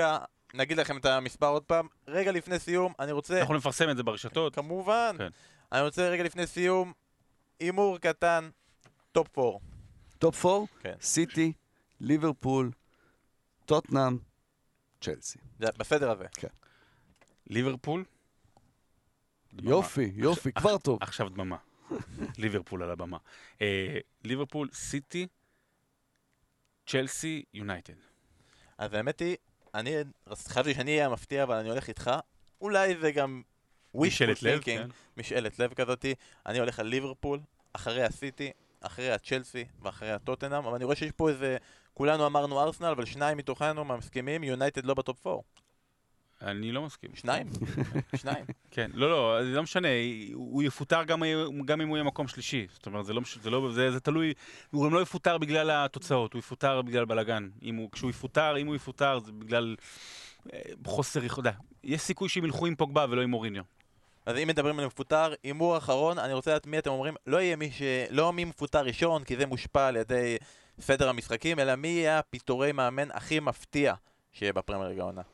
נגיד לכם את המספר עוד פעם. רגע לפני סיום, אני רוצה... אנחנו נפרסם את זה ברשתות. כמובן. כן. אני רוצה רגע לפני סיום, הימור קטן, טופ ארבע. טופ ארבע, כן. סיטי, ליברפול, טוטנאם, צ'לסי. זה בסדר הזה. ליברפול. דממה. יופי, יופי, כבר טוב. עכשיו דממה. ליברפול על הבמה. אה, ליברפול, סיטי, צ'לסי, יונייטד. אז האמת היא, אני חשבתי שאני אהיה המפתיע, אבל אני הולך איתך. אולי זה גם משאלת לב, thinking, כן. משאלת לב כזאתי. אני הולך על ליברפול, אחרי הסיטי, אחרי הצ'לסי ואחרי הטוטנאם, אבל אני רואה שיש פה איזה... כולנו אמרנו ארסנל, אבל שניים מתוכנו מסכימים, יונייטד לא בטופ ארבע. אני לא מסכים. שניים? שניים. כן, לא, לא, זה לא משנה, הוא יפוטר גם, גם אם הוא יהיה מקום שלישי. זאת אומרת, זה לא, זה לא, זה, זה תלוי, הוא גם לא יפוטר בגלל התוצאות, הוא יפוטר בגלל בלגן. אם הוא, כשהוא יפוטר, אם הוא יפוטר, זה בגלל אה, חוסר יחודה. יש סיכוי שהם ילכו עם פוגבה ולא עם מוריניו. אז אם מדברים על מפוטר, הימור אחרון, אני רוצה לדעת מי אתם אומרים, לא יהיה מי ש... לא מי מפוטר ראשון, כי זה מושפע על ידי סדר המשחקים, אלא מי יהיה הפיטורי מאמן הכי מפתיע שיהיה בפרמייר ליג העונה.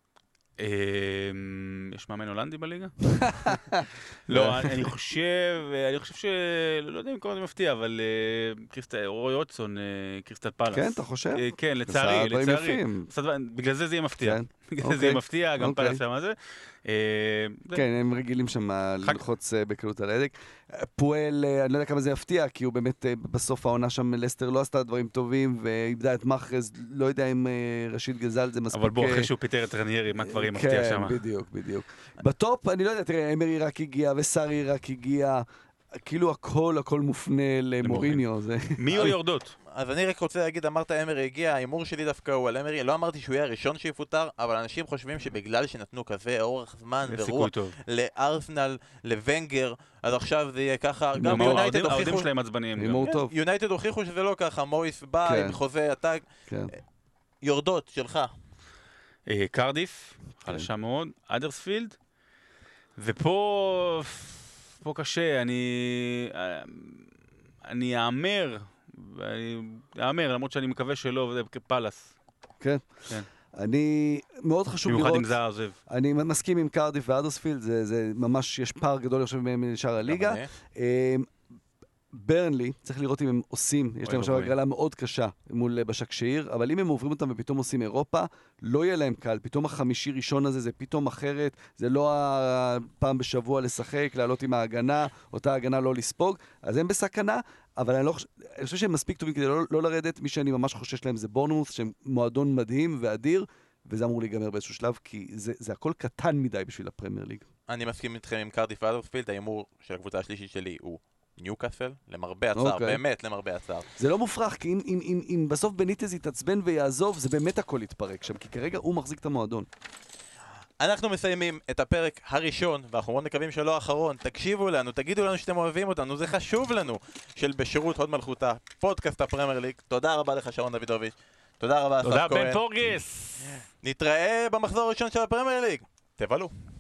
יש מאמן הולנדי בליגה? לא, אני חושב, אני חושב ש... לא יודע אם קוראים זה מפתיע, אבל רוי הודסון, קריסטל פלאס. כן, אתה חושב? כן, לצערי, לצערי. יפים. בגלל זה זה יהיה מפתיע. כן. בגלל זה זה יהיה מפתיע, גם אוקיי. פלאס שם זה. כן, הם רגילים שם ללחוץ בקלות על ההדק. פואל, אני לא יודע כמה זה יפתיע, כי הוא באמת בסוף העונה שם, לסטר לא עשתה דברים טובים, ואיבדה את מחרז, לא יודע אם ראשית גזל זה מספיק... אבל בוא, אחרי שהוא פיטר את רניירי, מה כבר יהיה מפתיע שם? כן, בדיוק, בדיוק. בטופ, אני לא יודע, תראה, אמרי רק הגיע, וסארי רק הגיע, כאילו הכל, הכל מופנה למוריניו. מי או יורדות? אז אני רק רוצה להגיד, אמרת אמרי הגיע, ההימור שלי דווקא הוא על אמרי, לא אמרתי שהוא יהיה הראשון שיפוטר, אבל אנשים חושבים שבגלל שנתנו כזה אורך זמן ורוח לארסנל, לוונגר, אז עכשיו זה יהיה ככה, גם יונייטד הוכיחו... העודים שלהם עצבניים. הימור טוב. יונייטד הוכיחו שזה לא ככה, מויס בא עם חוזה עתק, יורדות שלך. קרדיף, חלשה מאוד, אדרספילד, ופה פה קשה, אני אני אאמר, אני אאמר, למרות שאני מקווה שלא, וזה כפלס. כן. אני, מאוד חשוב לראות... במיוחד עם זה עוזב. אני מסכים עם קרדיף ואדרספילד, זה ממש, יש פער גדול עכשיו משאר הליגה. ברנלי, צריך לראות אם הם עושים, יש להם עכשיו הגרלה מאוד קשה מול בשקשיר, אבל אם הם עוברים אותם ופתאום עושים אירופה, לא יהיה להם קל, פתאום החמישי ראשון הזה זה פתאום אחרת, זה לא הפעם בשבוע לשחק, לעלות עם ההגנה, אותה הגנה לא לספוג, אז הם בסכנה, אבל אני, לא, אני חושב שהם מספיק טובים כדי לא, לא לרדת, מי שאני ממש חושש להם זה בורנמות' שהם מועדון מדהים ואדיר, וזה אמור להיגמר באיזשהו שלב, כי זה, זה הכל קטן מדי בשביל הפרמייר ליג. אני מסכים איתכם עם קרדיף ואדרספילד, ההימור של הקבוצה השלישית שלי הוא ניוקאסל, למרבה הצער, okay. באמת למרבה הצער. זה לא מופרך, כי אם, אם, אם, אם בסוף בניטז יתעצבן ויעזוב, זה באמת הכל יתפרק שם, כי כרגע הוא מחזיק את המועדון. אנחנו מסיימים את הפרק הראשון, ואנחנו מאוד מקווים שלא האחרון. תקשיבו לנו, תגידו לנו שאתם אוהבים אותנו, זה חשוב לנו, של בשירות הוד מלכותה, פודקאסט הפרמייר ליג. תודה רבה לך שרון דוידוביץ', תודה רבה אסף כהן. תודה בן פורגס. נתראה במחזור הראשון של הפרמייר ליג. תבלו.